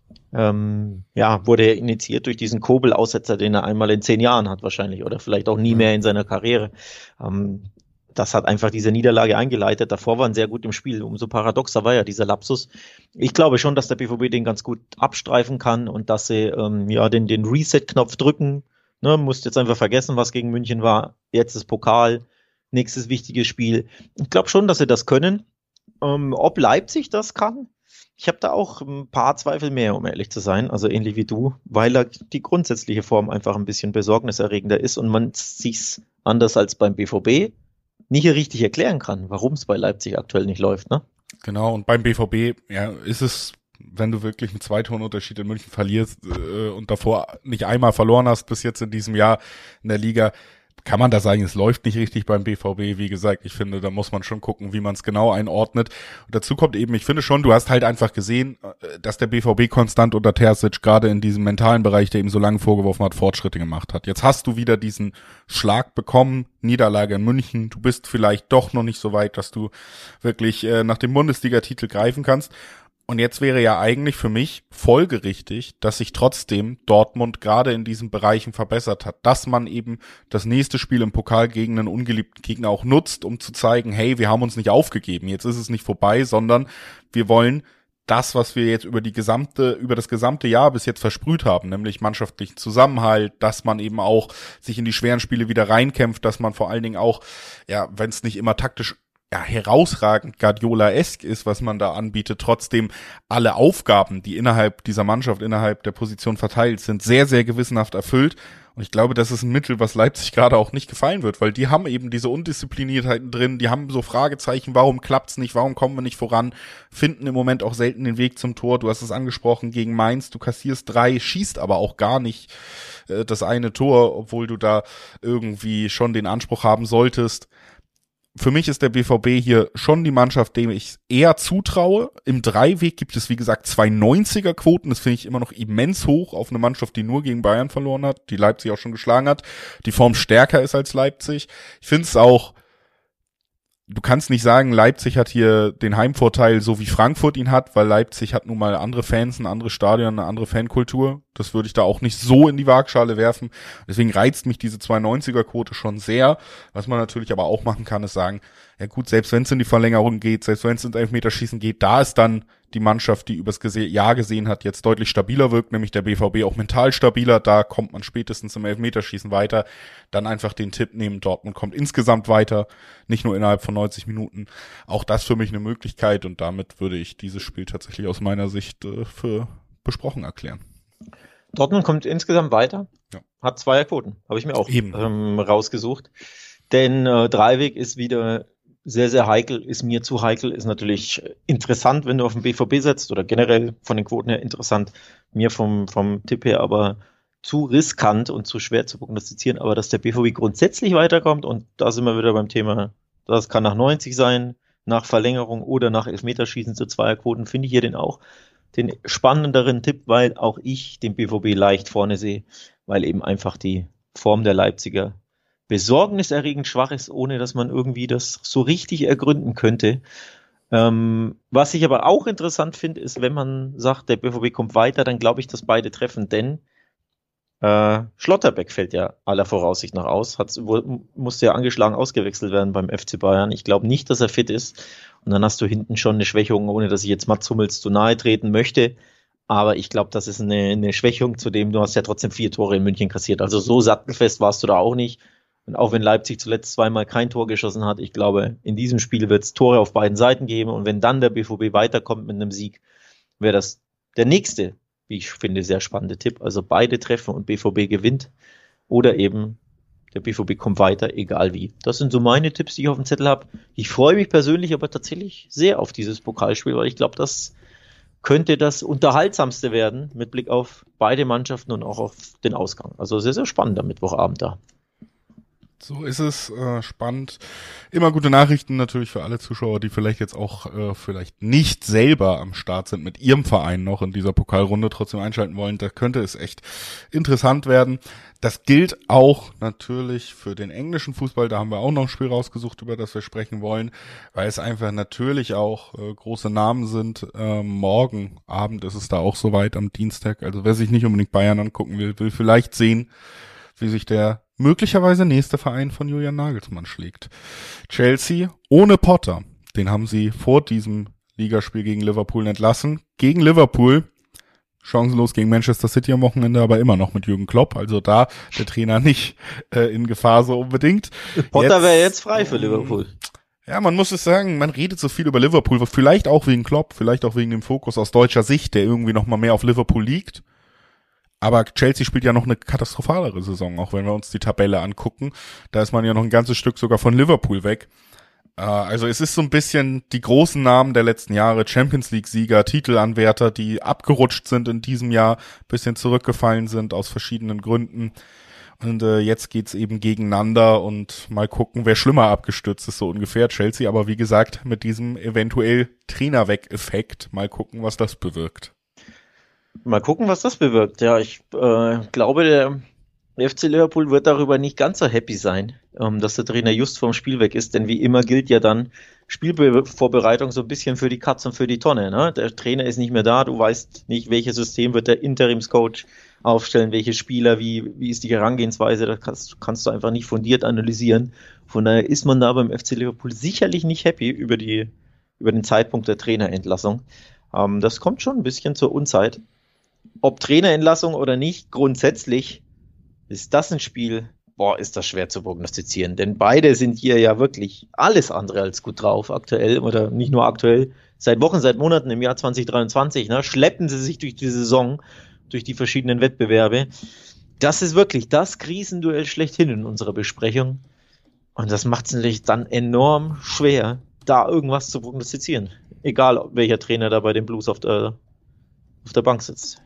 ähm, ja, wurde initiiert durch diesen Kobel-Aussetzer, den er einmal in zehn Jahren hat wahrscheinlich oder vielleicht auch nie mehr in seiner Karriere. Ähm, das hat einfach diese Niederlage eingeleitet. Davor waren sehr gut im Spiel. Umso paradoxer war ja dieser Lapsus. Ich glaube schon, dass der B V B den ganz gut abstreifen kann und dass sie ähm, ja den, den Reset-Knopf drücken. Ne, musst jetzt einfach vergessen, was gegen München war. Jetzt ist Pokal, nächstes wichtiges Spiel. Ich glaube schon, dass sie das können. Ähm, ob Leipzig das kann? Ich habe da auch ein paar Zweifel mehr, um ehrlich zu sein. Also ähnlich wie du, weil da die grundsätzliche Form einfach ein bisschen besorgniserregender ist und man sich's anders als beim B V B nicht richtig erklären kann, warum es bei Leipzig aktuell nicht läuft, ne? Genau, und beim B V B, ja, ist es, wenn du wirklich mit zwei Torenunterschied in München verlierst äh, und davor nicht einmal verloren hast bis jetzt in diesem Jahr in der Liga, kann man da sagen, es läuft nicht richtig beim B V B. Wie gesagt, ich finde, da muss man schon gucken, wie man es genau einordnet. Und dazu kommt eben, ich finde schon, du hast halt einfach gesehen, dass der B V B konstant unter Terzic gerade in diesem mentalen Bereich, der ihm so lange vorgeworfen hat, Fortschritte gemacht hat. Jetzt hast du wieder diesen Schlag bekommen, Niederlage in München. Du bist vielleicht doch noch nicht so weit, dass du wirklich äh, nach dem Bundesliga-Titel greifen kannst. Und jetzt wäre ja eigentlich für mich folgerichtig, dass sich trotzdem Dortmund gerade in diesen Bereichen verbessert hat, dass man eben das nächste Spiel im Pokal gegen einen ungeliebten Gegner auch nutzt, um zu zeigen, hey, wir haben uns nicht aufgegeben, jetzt ist es nicht vorbei, sondern wir wollen das, was wir jetzt über die gesamte, über das gesamte Jahr bis jetzt versprüht haben, nämlich mannschaftlichen Zusammenhalt, dass man eben auch sich in die schweren Spiele wieder reinkämpft, dass man vor allen Dingen auch, ja, wenn es nicht immer taktisch ja, herausragend Guardiola-esk ist, was man da anbietet, trotzdem alle Aufgaben, die innerhalb dieser Mannschaft, innerhalb der Position verteilt sind, sehr, sehr gewissenhaft erfüllt. Und ich glaube, das ist ein Mittel, was Leipzig gerade auch nicht gefallen wird, weil die haben eben diese Undiszipliniertheiten drin, die haben so Fragezeichen, warum klappt's nicht, warum kommen wir nicht voran, finden im Moment auch selten den Weg zum Tor. Du hast es angesprochen, gegen Mainz, du kassierst drei, schießt aber auch gar nicht äh, das eine Tor, obwohl du da irgendwie schon den Anspruch haben solltest. Für mich ist der B V B hier schon die Mannschaft, dem ich eher zutraue. Im Dreiweg gibt es, wie gesagt, zwei neunziger-Quoten. Das finde ich immer noch immens hoch auf eine Mannschaft, die nur gegen Bayern verloren hat, die Leipzig auch schon geschlagen hat, die Form stärker ist als Leipzig. Ich finde es auch, du kannst nicht sagen, Leipzig hat hier den Heimvorteil, so wie Frankfurt ihn hat, weil Leipzig hat nun mal andere Fans, ein anderes Stadion, eine andere Fankultur. Das würde ich da auch nicht so in die Waagschale werfen. Deswegen reizt mich diese zwei neunziger-Quote schon sehr. Was man natürlich aber auch machen kann, ist sagen, ja gut, selbst wenn es in die Verlängerung geht, selbst wenn es ins Elfmeterschießen geht, da ist dann die Mannschaft, die übers Gese- Jahr gesehen hat, jetzt deutlich stabiler wirkt, nämlich der B V B auch mental stabiler, da kommt man spätestens im Elfmeterschießen weiter, dann einfach den Tipp nehmen, Dortmund kommt insgesamt weiter, nicht nur innerhalb von neunzig Minuten, auch das für mich eine Möglichkeit und damit würde ich dieses Spiel tatsächlich aus meiner Sicht äh, für besprochen erklären. Dortmund kommt insgesamt weiter, ja. Hat Zweierquoten, habe ich mir auch Eben. Ähm, rausgesucht, denn äh, Dreiweg ist wieder sehr, sehr heikel, ist mir zu heikel, ist natürlich interessant, wenn du auf den B V B setzt oder generell von den Quoten her interessant, mir vom, vom Tipp her aber zu riskant und zu schwer zu prognostizieren, aber dass der B V B grundsätzlich weiterkommt und da sind wir wieder beim Thema, das kann nach neunzig sein, nach Verlängerung oder nach Elfmeterschießen zu Zweierquoten, finde ich hier den auch den spannenderen Tipp, weil auch ich den B V B leicht vorne sehe, weil eben einfach die Form der Leipziger besorgniserregend schwach ist, ohne dass man irgendwie das so richtig ergründen könnte. Ähm, was ich aber auch interessant finde, ist, wenn man sagt, der B V B kommt weiter, dann glaube ich, dass beide treffen, denn äh, Schlotterbeck fällt ja aller Voraussicht nach aus, hat, musste ja angeschlagen ausgewechselt werden beim F C Bayern. Ich glaube nicht, dass er fit ist. Und dann hast du hinten schon eine Schwächung, ohne dass ich jetzt Mats Hummels zu nahe treten möchte. Aber ich glaube, das ist eine, eine Schwächung, zudem du hast ja trotzdem vier Tore in München kassiert. Also so sattelfest warst du da auch nicht. Und auch wenn Leipzig zuletzt zweimal kein Tor geschossen hat, ich glaube, in diesem Spiel wird es Tore auf beiden Seiten geben. Und wenn dann der B V B weiterkommt mit einem Sieg, wäre das der nächste, wie ich finde, sehr spannende Tipp. Also beide treffen und B V B gewinnt. oder eben der B V B kommt weiter, egal wie. Das sind so meine Tipps, die ich auf dem Zettel habe. Ich freue mich persönlich aber tatsächlich sehr auf dieses Pokalspiel, weil ich glaube, das könnte das Unterhaltsamste werden mit Blick auf beide Mannschaften und auch auf den Ausgang. Also sehr, sehr spannend am Mittwochabend da. So ist es, äh, spannend. Immer gute Nachrichten natürlich für alle Zuschauer, die vielleicht jetzt auch äh, vielleicht nicht selber am Start sind mit ihrem Verein noch in dieser Pokalrunde, trotzdem einschalten wollen. Da könnte es echt interessant werden. Das gilt auch natürlich für den englischen Fußball. Da haben wir auch noch ein Spiel rausgesucht, über das wir sprechen wollen, weil es einfach natürlich auch äh, große Namen sind. Äh, morgen Abend ist es da auch soweit am Dienstag. Also wer sich nicht unbedingt Bayern angucken will, will vielleicht sehen, wie sich der möglicherweise nächste Verein von Julian Nagelsmann schlägt. Chelsea ohne Potter. Den haben sie vor diesem Ligaspiel gegen Liverpool entlassen. Gegen Liverpool chancenlos gegen Manchester City am Wochenende, aber immer noch mit Jürgen Klopp. Also da der Trainer nicht äh, in Gefahr so unbedingt. Potter wäre jetzt frei für Liverpool. Ja, man muss es sagen, man redet so viel über Liverpool, vielleicht auch wegen Klopp, vielleicht auch wegen dem Fokus aus deutscher Sicht, der irgendwie noch mal mehr auf Liverpool liegt. Aber Chelsea spielt ja noch eine katastrophalere Saison, auch wenn wir uns die Tabelle angucken. Da ist man ja noch ein ganzes Stück sogar von Liverpool weg. Äh, also es ist so ein bisschen die großen Namen der letzten Jahre, Champions League-Sieger, Titelanwärter, die abgerutscht sind in diesem Jahr, bisschen zurückgefallen sind aus verschiedenen Gründen. Und äh, jetzt geht's eben gegeneinander und mal gucken, wer schlimmer abgestürzt ist, so ungefähr. Chelsea aber, wie gesagt, mit diesem eventuell Trainerweg-Effekt. Mal gucken, was das bewirkt. Mal gucken, was das bewirkt. Ja, ich äh, glaube, der F C Liverpool wird darüber nicht ganz so happy sein, ähm, dass der Trainer just vom Spiel weg ist, denn wie immer gilt ja dann Spielvorbereitung so ein bisschen für die Katz und für die Tonne. Ne? Der Trainer ist nicht mehr da, du weißt nicht, welches System wird der Interimscoach aufstellen, welche Spieler, wie wie ist die Herangehensweise, das kannst, kannst du einfach nicht fundiert analysieren. Von daher ist man da beim F C Liverpool sicherlich nicht happy über die über den Zeitpunkt der Trainerentlassung. Ähm, das kommt schon ein bisschen zur Unzeit. Ob Trainerentlassung oder nicht, grundsätzlich ist das ein Spiel, boah, ist das schwer zu prognostizieren, denn beide sind hier ja wirklich alles andere als gut drauf aktuell oder nicht nur aktuell, seit Wochen, seit Monaten im Jahr zwanzig dreiundzwanzig, ne, schleppen sie sich durch die Saison, durch die verschiedenen Wettbewerbe. Das ist wirklich das Krisenduell schlechthin in unserer Besprechung und das macht es natürlich dann enorm schwer, da irgendwas zu prognostizieren, egal welcher Trainer da bei den Blues auf der, auf der Bank sitzt.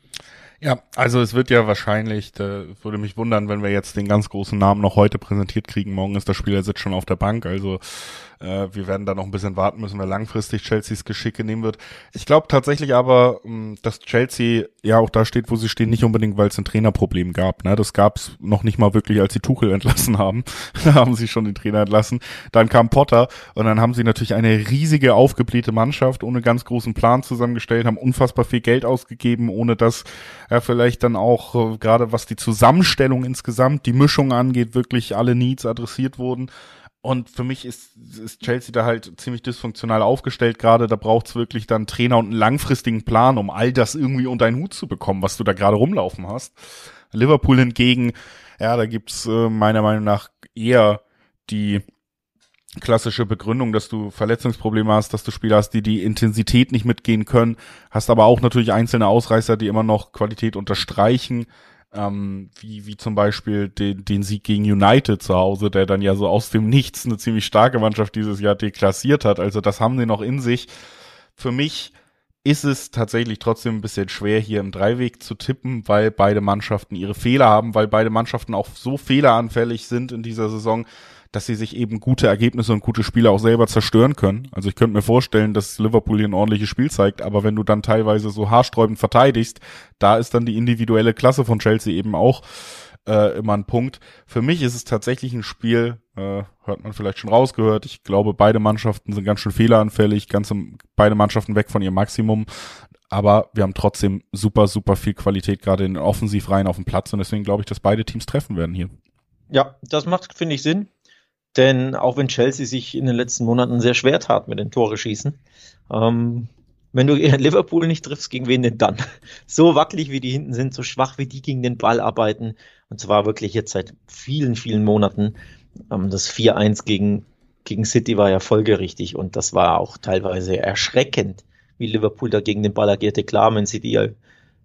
Ja, also es wird ja wahrscheinlich, da würde mich wundern, wenn wir jetzt den ganz großen Namen noch heute präsentiert kriegen. Morgen ist der Spieler sitzt schon auf der Bank, also äh, wir werden da noch ein bisschen warten müssen, wer langfristig Chelseas Geschicke nehmen wird. Ich glaube tatsächlich aber, dass Chelsea ja auch da steht, wo sie stehen, nicht unbedingt, weil es ein Trainerproblem gab. Ne? Das gab es noch nicht mal wirklich, als sie Tuchel entlassen haben. Da haben sie schon den Trainer entlassen. Dann kam Potter und dann haben sie natürlich eine riesige, aufgeblähte Mannschaft ohne ganz großen Plan zusammengestellt, haben unfassbar viel Geld ausgegeben, ohne dass ja vielleicht dann auch, äh, gerade was die Zusammenstellung insgesamt, die Mischung angeht, wirklich alle Needs adressiert wurden. Und für mich ist, ist Chelsea da halt ziemlich dysfunktional aufgestellt gerade. Da braucht's wirklich dann einen Trainer und einen langfristigen Plan, um all das irgendwie unter einen Hut zu bekommen, was du da gerade rumlaufen hast. Liverpool hingegen, ja, da gibt's äh, meiner Meinung nach eher die klassische Begründung, dass du Verletzungsprobleme hast, dass du Spieler hast, die die Intensität nicht mitgehen können, hast aber auch natürlich einzelne Ausreißer, die immer noch Qualität unterstreichen, ähm, wie wie zum Beispiel den, den Sieg gegen United zu Hause, der dann ja so aus dem Nichts eine ziemlich starke Mannschaft dieses Jahr deklassiert hat. Also das haben sie noch in sich. Für mich ist es tatsächlich trotzdem ein bisschen schwer, hier im Dreiweg zu tippen, weil beide Mannschaften ihre Fehler haben, weil beide Mannschaften auch so fehleranfällig sind in dieser Saison, dass sie sich eben gute Ergebnisse und gute Spiele auch selber zerstören können. Also ich könnte mir vorstellen, dass Liverpool hier ein ordentliches Spiel zeigt, aber wenn du dann teilweise so haarsträubend verteidigst, da ist dann die individuelle Klasse von Chelsea eben auch äh, immer ein Punkt. Für mich ist es tatsächlich ein Spiel, äh, hört man vielleicht schon rausgehört, ich glaube, beide Mannschaften sind ganz schön fehleranfällig, ganz im, beide Mannschaften weg von ihrem Maximum, aber wir haben trotzdem super, super viel Qualität gerade in den Offensivreihen auf dem Platz und deswegen glaube ich, dass beide Teams treffen werden hier. Ja, das macht, finde ich, Sinn. Denn auch wenn Chelsea sich in den letzten Monaten sehr schwer tat mit den Tore schießen, ähm, wenn du Liverpool nicht triffst, gegen wen denn dann? So wackelig wie die hinten sind, so schwach wie die gegen den Ball arbeiten. Und zwar wirklich jetzt seit vielen, vielen Monaten. Ähm, das vier eins gegen, gegen City war ja folgerichtig und das war auch teilweise erschreckend, wie Liverpool da gegen den Ball agierte. Klar, Man City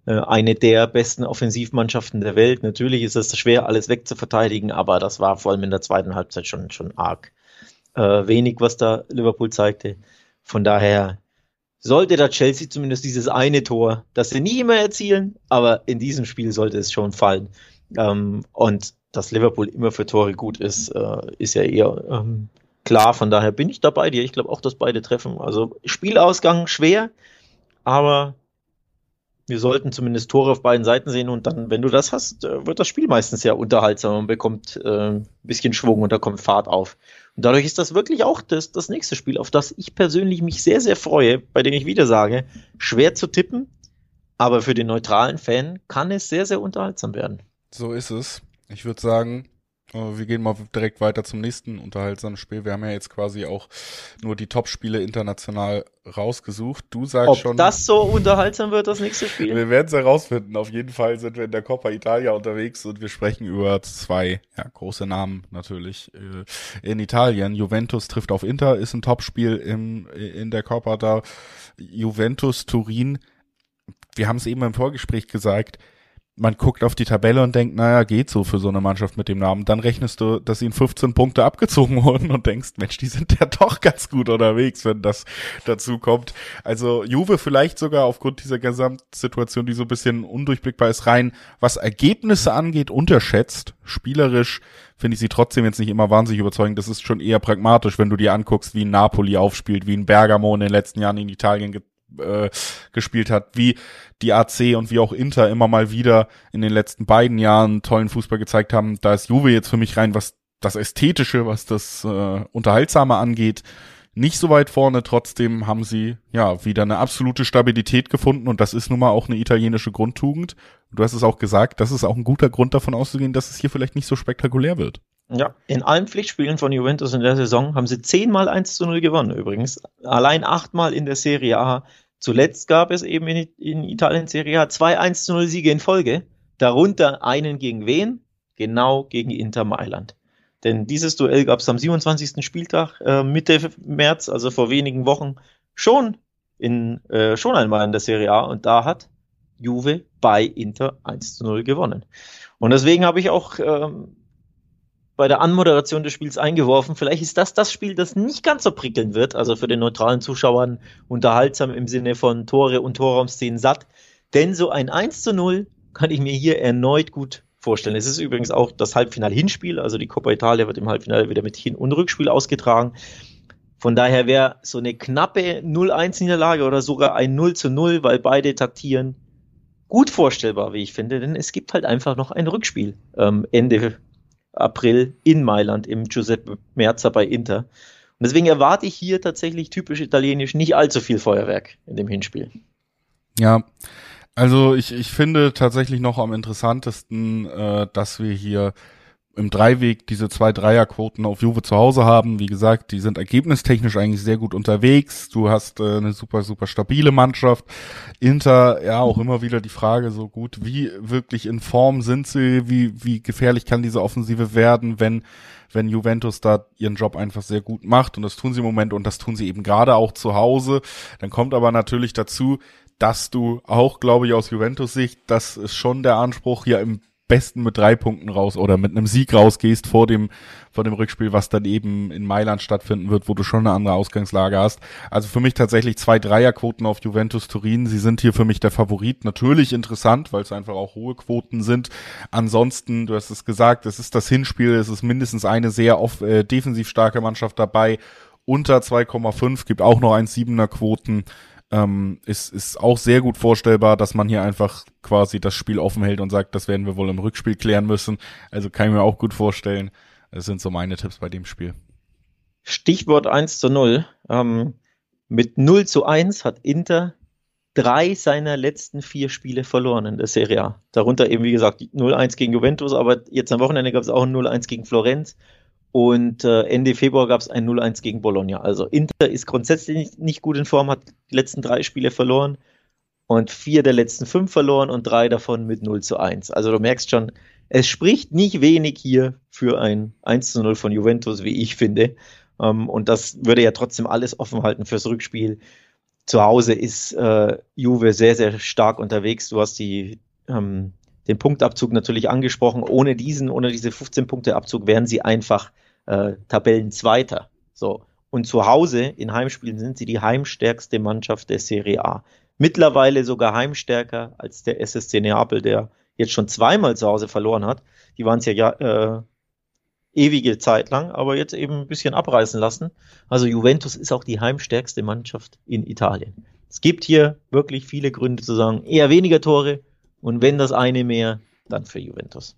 äh, eine der besten Offensivmannschaften der Welt. Natürlich ist es schwer, alles wegzuverteidigen, aber das war vor allem in der zweiten Halbzeit schon, schon arg äh, wenig, was da Liverpool zeigte. Von daher sollte da Chelsea zumindest dieses eine Tor, das sie nie immer erzielen, aber in diesem Spiel sollte es schon fallen. Ähm, und dass Liverpool immer für Tore gut ist, äh, ist ja eher ähm, klar. Von daher bin ich da bei dir. Ich glaube auch, dass beide treffen. Also Spielausgang schwer, aber wir sollten zumindest Tore auf beiden Seiten sehen und dann, wenn du das hast, wird das Spiel meistens sehr unterhaltsam und bekommt äh, ein bisschen Schwung und da kommt Fahrt auf. Und dadurch ist das wirklich auch das, das nächste Spiel, auf das ich persönlich mich sehr, sehr freue, bei dem ich wieder sage, schwer zu tippen, aber für den neutralen Fan kann es sehr, sehr unterhaltsam werden. So ist es. Ich würde sagen, wir gehen mal direkt weiter zum nächsten unterhaltsamen Spiel. Wir haben ja jetzt quasi auch nur die Top-Spiele international rausgesucht. Du sagst Ob schon... Ob das so unterhaltsam wird, das nächste Spiel? Wir werden es herausfinden. Auf jeden Fall sind wir in der Coppa Italia unterwegs und wir sprechen über zwei ja, große Namen natürlich äh, in Italien. Juventus trifft auf Inter, ist ein Top-Spiel im, in der Coppa da. Juventus Turin, wir haben es eben im Vorgespräch gesagt, man guckt auf die Tabelle und denkt, naja, geht so für so eine Mannschaft mit dem Namen. Dann rechnest du, dass ihnen fünfzehn Punkte abgezogen wurden und denkst, Mensch, die sind ja doch ganz gut unterwegs, wenn das dazu kommt. Also Juve vielleicht sogar aufgrund dieser Gesamtsituation, die so ein bisschen undurchblickbar ist, rein, was Ergebnisse angeht, unterschätzt. Spielerisch finde ich sie trotzdem jetzt nicht immer wahnsinnig überzeugend. Das ist schon eher pragmatisch, wenn du dir anguckst, wie ein Napoli aufspielt, wie ein Bergamo in den letzten Jahren in Italien ge- äh, gespielt hat, wie die A C und wie auch Inter immer mal wieder in den letzten beiden Jahren tollen Fußball gezeigt haben. Da ist Juve jetzt für mich rein, was das Ästhetische, was das äh, Unterhaltsame angeht, nicht so weit vorne. Trotzdem haben sie ja wieder eine absolute Stabilität gefunden und das ist nun mal auch eine italienische Grundtugend. Du hast es auch gesagt, das ist auch ein guter Grund davon auszugehen, dass es hier vielleicht nicht so spektakulär wird. Ja, in allen Pflichtspielen von Juventus in der Saison haben sie zehnmal eins zu null gewonnen übrigens. Allein achtmal in der Serie A. Zuletzt gab es eben in, in Italien Serie A zwei eins zu null Siege in Folge. Darunter einen gegen wen? Genau gegen Inter Mailand. Denn dieses Duell gab es am siebenundzwanzigsten Spieltag äh, Mitte März, also vor wenigen Wochen, schon in äh, schon einmal in der Serie A. Und da hat Juve bei Inter eins zu null gewonnen. Und deswegen habe ich auch ähm, bei der Anmoderation des Spiels eingeworfen, vielleicht ist das das Spiel, das nicht ganz so prickeln wird, also für den neutralen Zuschauern unterhaltsam im Sinne von Tore und Torraumszenen satt, denn so ein eins zu null kann ich mir hier erneut gut vorstellen. Es ist übrigens auch das Halbfinal-Hinspiel, also die Coppa Italia wird im Halbfinale wieder mit Hin- und Rückspiel ausgetragen. Von daher wäre so eine knappe null eins Niederlage oder sogar ein null zu null, weil beide taktieren, gut vorstellbar, wie ich finde, denn es gibt halt einfach noch ein Rückspiel ähm, Ende April in Mailand im Giuseppe Meazza bei Inter. Und deswegen erwarte ich hier tatsächlich typisch italienisch nicht allzu viel Feuerwerk in dem Hinspiel. Ja, also ich ich finde tatsächlich noch am interessantesten, äh, dass wir hier im Dreiweg diese zwei Dreierquoten auf Juve zu Hause haben. Wie gesagt, die sind ergebnistechnisch eigentlich sehr gut unterwegs. Du hast äh, eine super, super stabile Mannschaft. Inter, ja, auch immer wieder die Frage so gut, wie wirklich in Form sind sie? Wie wie gefährlich kann diese Offensive werden, wenn wenn Juventus da ihren Job einfach sehr gut macht? Und das tun sie im Moment und das tun sie eben gerade auch zu Hause. Dann kommt aber natürlich dazu, dass du auch, glaube ich, aus Juventus-Sicht, das ist schon der Anspruch, hier im besten mit drei Punkten raus oder mit einem Sieg rausgehst vor dem vor dem Rückspiel, was dann eben in Mailand stattfinden wird, wo du schon eine andere Ausgangslage hast. Also für mich tatsächlich zwei Dreierquoten auf Juventus Turin. Sie sind hier für mich der Favorit. Natürlich interessant, weil es einfach auch hohe Quoten sind. Ansonsten, du hast es gesagt, es ist das Hinspiel, es ist mindestens eine sehr off, äh, defensiv starke Mannschaft dabei. Unter zwei Komma fünf, gibt auch noch eins Komma siebener Quoten. Ähm, ist, ist auch sehr gut vorstellbar, dass man hier einfach quasi das Spiel offen hält und sagt, das werden wir wohl im Rückspiel klären müssen. Also kann ich mir auch gut vorstellen. Das sind so meine Tipps bei dem Spiel. Stichwort eins zu null. Ähm, mit null zu eins hat Inter drei seiner letzten vier Spiele verloren in der Serie A. Darunter eben, wie gesagt, null eins gegen Juventus, aber jetzt am Wochenende gab es auch ein null eins gegen Florenz. Und äh, Ende Februar gab es ein null eins gegen Bologna. Also Inter ist grundsätzlich nicht, nicht gut in Form, hat die letzten drei Spiele verloren und vier der letzten fünf verloren und drei davon mit null zu eins. Also du merkst schon, es spricht nicht wenig hier für ein eins zu null von Juventus, wie ich finde. Ähm, und das würde ja trotzdem alles offen halten fürs Rückspiel. zu Hause ist äh, Juve sehr, sehr stark unterwegs. Du hast die, ähm, den Punktabzug natürlich angesprochen. Ohne diesen, ohne diese fünfzehn-Punkte-Abzug wären sie einfach äh, Tabellenzweiter. So. Und zu Hause in Heimspielen sind sie die heimstärkste Mannschaft der Serie A. Mittlerweile sogar heimstärker als der S S C Neapel, der jetzt schon zweimal zu Hause verloren hat. Die waren es ja, ja äh, ewige Zeit lang, aber jetzt eben ein bisschen abreißen lassen. Also Juventus ist auch die heimstärkste Mannschaft in Italien. Es gibt hier wirklich viele Gründe zu sagen, eher weniger Tore und wenn das eine mehr, dann für Juventus.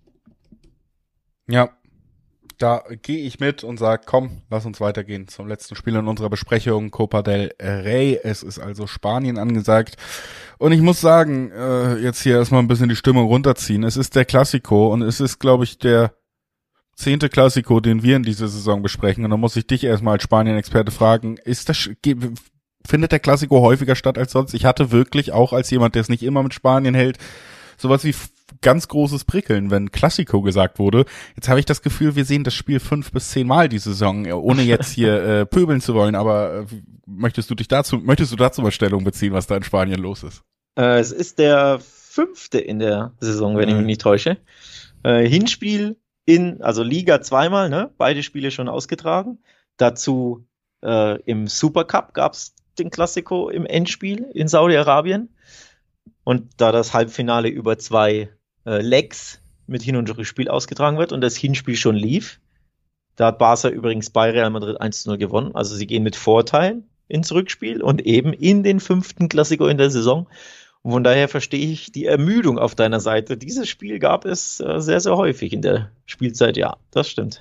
Ja, da gehe ich mit und sage, komm, lass uns weitergehen zum letzten Spiel in unserer Besprechung, Copa del Rey. Es ist also Spanien angesagt. Und ich muss sagen, äh, jetzt hier erstmal ein bisschen die Stimmung runterziehen. Es ist der Clasico und es ist, glaube ich, der zehnte Clasico, den wir in dieser Saison besprechen. Und da muss ich dich erstmal als Spanien-Experte fragen, ist das, findet der Clasico häufiger statt als sonst? Ich hatte wirklich auch als jemand, der es nicht immer mit Spanien hält, sowas wie ganz großes Prickeln, wenn Clasico gesagt wurde. Jetzt habe ich das Gefühl, wir sehen das Spiel fünf bis zehn Mal diese Saison, ohne jetzt hier äh, pöbeln zu wollen. Aber äh, möchtest du dich dazu, möchtest du dazu mal Stellung beziehen, was da in Spanien los ist? Äh, es ist der fünfte in der Saison, wenn mhm. ich mich nicht täusche. Äh, Hinspiel in, also Liga zweimal, ne? Beide Spiele schon ausgetragen. Dazu äh, im Supercup gab es den Clasico im Endspiel in Saudi-Arabien. Und da das Halbfinale über zwei äh, Legs mit Hin- und Rückspiel ausgetragen wird und das Hinspiel schon lief, da hat Barca übrigens bei Real Madrid eins zu null gewonnen. Also sie gehen mit Vorteilen ins Rückspiel und eben in den fünften Clasico in der Saison. Und von daher verstehe ich die Ermüdung auf deiner Seite. Dieses Spiel gab es äh, sehr, sehr häufig in der Spielzeit. Ja, das stimmt.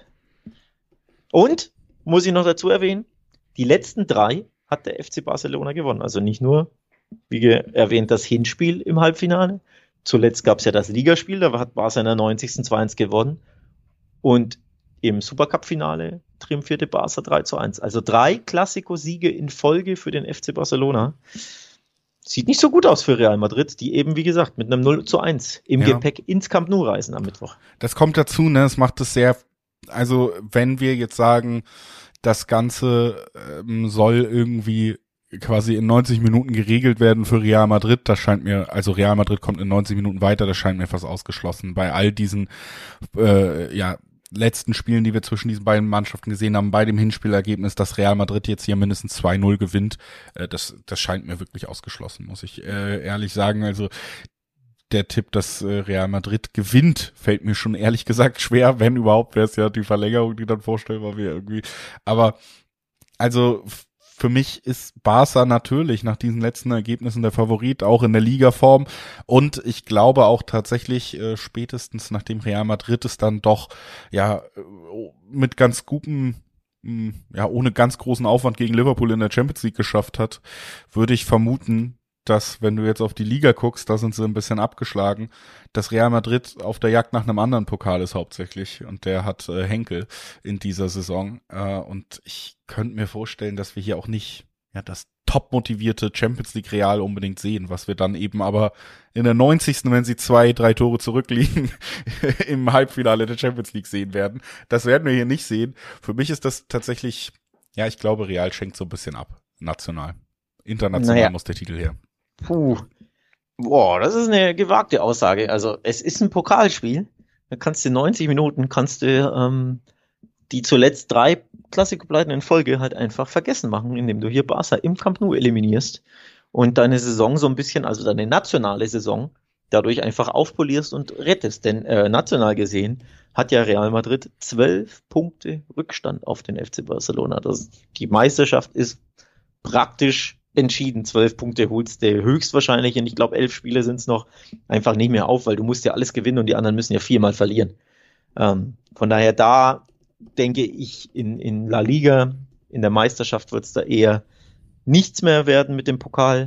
Und, muss ich noch dazu erwähnen, die letzten drei hat der F C Barcelona gewonnen. Also nicht nur, wie erwähnt, das Hinspiel im Halbfinale. Zuletzt gab es ja das Ligaspiel, da hat Barca in der neunzigsten zwei eins gewonnen. Und im Supercup-Finale triumphierte Barca drei zu eins. Also drei Clasico-Siege in Folge für den F C Barcelona. Sieht nicht so gut aus für Real Madrid, die eben, wie gesagt, mit einem null zu eins im ja. Gepäck ins Camp Nou reisen am Mittwoch. Das kommt dazu, ne, es macht es sehr, also wenn wir jetzt sagen, das Ganze ähm, soll irgendwie quasi in neunzig Minuten geregelt werden für Real Madrid, das scheint mir, also Real Madrid kommt in neunzig Minuten weiter, das scheint mir fast ausgeschlossen. Bei all diesen, äh, ja, letzten Spielen, die wir zwischen diesen beiden Mannschaften gesehen haben, bei dem Hinspielergebnis, dass Real Madrid jetzt hier mindestens zwei null gewinnt, äh, das das scheint mir wirklich ausgeschlossen, muss ich äh, ehrlich sagen. Also der Tipp, dass äh, Real Madrid gewinnt, fällt mir schon ehrlich gesagt schwer, wenn überhaupt, wäre es ja die Verlängerung, die dann vorstellbar wäre irgendwie. Aber also für mich ist Barca natürlich nach diesen letzten Ergebnissen der Favorit, auch in der Ligaform. Und ich glaube auch tatsächlich, äh, spätestens nachdem Real Madrid es dann doch ja mit ganz gutem, mh, ja ohne ganz großen Aufwand gegen Liverpool in der Champions League geschafft hat, würde ich vermuten, dass, wenn du jetzt auf die Liga guckst, da sind sie ein bisschen abgeschlagen, dass Real Madrid auf der Jagd nach einem anderen Pokal ist hauptsächlich und der hat äh, Henkel in dieser Saison äh, und ich könnte mir vorstellen, dass wir hier auch nicht ja das top motivierte Champions League Real unbedingt sehen, was wir dann eben aber in der neunzigsten wenn sie zwei, drei Tore zurückliegen, im Halbfinale der Champions League sehen werden. Das werden wir hier nicht sehen. Für mich ist das tatsächlich, ja, ich glaube, Real schenkt so ein bisschen ab, national. International naja. muss der Titel her. Puh. Boah, das ist eine gewagte Aussage. Also es ist ein Pokalspiel. Da kannst du neunzig Minuten, kannst du ähm, die zuletzt drei Klassikobleiten in Folge halt einfach vergessen machen, indem du hier Barca im Camp Nou eliminierst und deine Saison so ein bisschen, also deine nationale Saison, dadurch einfach aufpolierst und rettest. Denn äh, national gesehen hat ja Real Madrid zwölf Punkte Rückstand auf den F C Barcelona. Das, die Meisterschaft ist praktisch entschieden. Zwölf Punkte holst du höchstwahrscheinlich und ich glaube, elf Spiele sind es noch einfach nicht mehr auf, weil du musst ja alles gewinnen und die anderen müssen ja viermal verlieren. Ähm, von daher da denke ich, in, in La Liga, in der Meisterschaft wird es da eher nichts mehr werden mit dem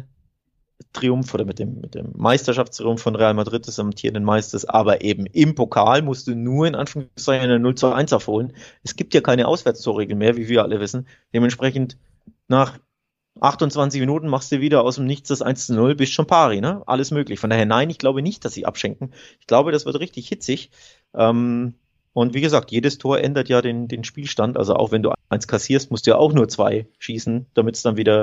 Pokaltriumph oder mit dem, mit dem Meisterschaftstriumph von Real Madrid des amtierenden Meisters, aber eben im Pokal musst du nur in Anführungszeichen eine null zu eins aufholen. Es gibt ja keine Auswärtstorregel mehr, wie wir alle wissen. Dementsprechend nach achtundzwanzig Minuten machst du wieder aus dem Nichts das eins zu null, bist schon pari, ne? Alles möglich. Von daher, nein, ich glaube nicht, dass sie abschenken. Ich glaube, das wird richtig hitzig. Ähm, und wie gesagt, jedes Tor ändert ja den, den Spielstand. Also auch wenn du eins kassierst, musst du ja auch nur zwei schießen, damit es dann wieder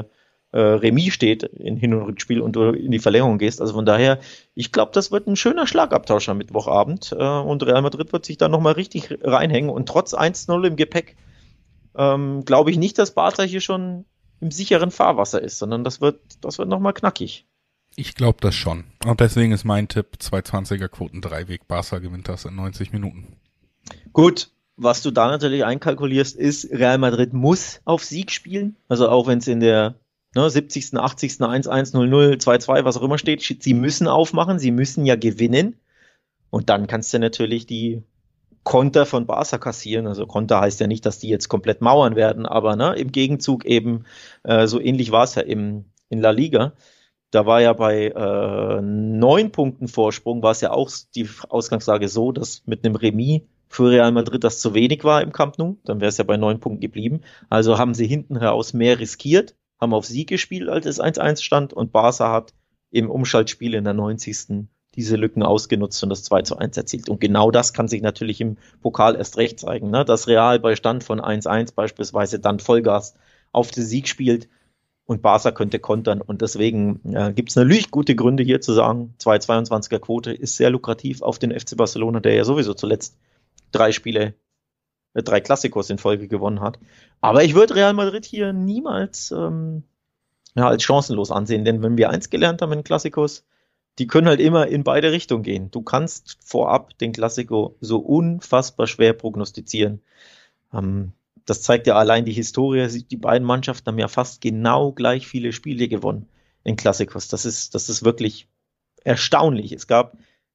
äh, Remis steht in Hin- und Rückspiel und du in die Verlängerung gehst. Also von daher, ich glaube, das wird ein schöner Schlagabtausch am Mittwochabend äh, und Real Madrid wird sich da nochmal richtig reinhängen und trotz eins null im Gepäck ähm, glaube ich nicht, dass Barca hier schon im sicheren Fahrwasser ist, sondern das wird, das wird nochmal knackig. Ich glaube das schon. Und deswegen ist mein Tipp zwei zwanziger Quoten Dreiweg. Barca gewinnt das in neunzig Minuten. Gut, was du da natürlich einkalkulierst, ist, Real Madrid muss auf Sieg spielen. Also auch wenn es in der ne, siebzigsten, achtzigsten eins eins, null null, zwei zwei, was auch immer steht, sie müssen aufmachen, sie müssen ja gewinnen. Und dann kannst du natürlich die Konter von Barca kassieren. Also Konter heißt ja nicht, dass die jetzt komplett mauern werden, aber ne, im Gegenzug eben, äh, so ähnlich war es ja im, in La Liga. Da war ja bei äh, neun Punkten Vorsprung, war es ja auch die Ausgangslage so, dass mit einem Remis für Real Madrid das zu wenig war im Camp Nou. Dann wäre es ja bei neun Punkten geblieben. Also haben sie hinten heraus mehr riskiert, haben auf Sieg gespielt, als es eins eins stand und Barca hat im Umschaltspiel in der neunzigsten diese Lücken ausgenutzt und das zwei zu eins erzielt. Und genau das kann sich natürlich im Pokal erst recht zeigen, ne? Dass Real bei Stand von eins eins beispielsweise dann Vollgas auf den Sieg spielt und Barca könnte kontern. Und deswegen äh, gibt es natürlich gute Gründe hier zu sagen, zwei Komma zweiundzwanziger Quote ist sehr lukrativ auf den F C Barcelona, der ja sowieso zuletzt drei Spiele, äh, drei Klassikos in Folge gewonnen hat. Aber ich würde Real Madrid hier niemals ähm, ja, als chancenlos ansehen, denn wenn wir eins gelernt haben in Klassikos, die können halt immer in beide Richtungen gehen. Du kannst vorab den Klassiko so unfassbar schwer prognostizieren. Ähm, das zeigt ja allein die Historie. Die beiden Mannschaften haben ja fast genau gleich viele Spiele gewonnen in Klassikos. Das ist, das ist wirklich erstaunlich. Es gab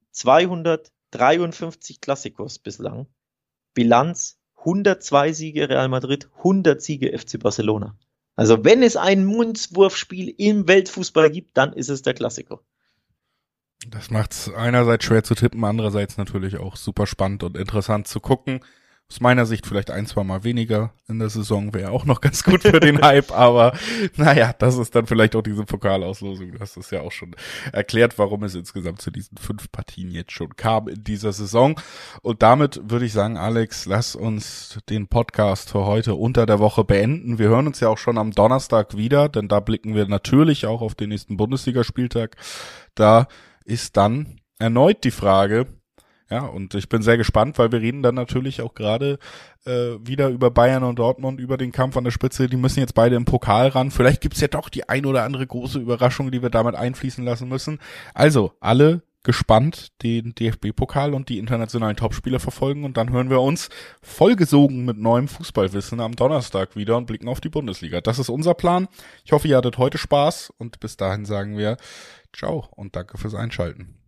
zweihundertdreiundfünfzig Klassikos bislang. Bilanz hundertzwei Siege Real Madrid, hundert Siege F C Barcelona. Also wenn es ein Münzwurfspiel im Weltfußball gibt, dann ist es der Klassiko. Das macht's einerseits schwer zu tippen, andererseits natürlich auch super spannend und interessant zu gucken. Aus meiner Sicht vielleicht ein, zwei Mal weniger in der Saison wäre auch noch ganz gut für den Hype, aber naja, das ist dann vielleicht auch diese Pokalauslosung. Du hast es ja auch schon erklärt, warum es insgesamt zu diesen fünf Partien jetzt schon kam in dieser Saison. Und damit würde ich sagen, Alex, lass uns den Podcast für heute unter der Woche beenden. Wir hören uns ja auch schon am Donnerstag wieder, denn da blicken wir natürlich auch auf den nächsten Bundesligaspieltag. Da ist dann erneut die Frage, ja, und ich bin sehr gespannt, weil wir reden dann natürlich auch gerade äh, wieder über Bayern und Dortmund, über den Kampf an der Spitze. Die müssen jetzt beide im Pokal ran. Vielleicht gibt's ja doch die ein oder andere große Überraschung, die wir damit einfließen lassen müssen. Also, alle gespannt den D F B-Pokal und die internationalen Topspiele verfolgen und dann hören wir uns vollgesogen mit neuem Fußballwissen am Donnerstag wieder und blicken auf die Bundesliga. Das ist unser Plan. Ich hoffe, ihr hattet heute Spaß und bis dahin sagen wir ciao und danke fürs Einschalten.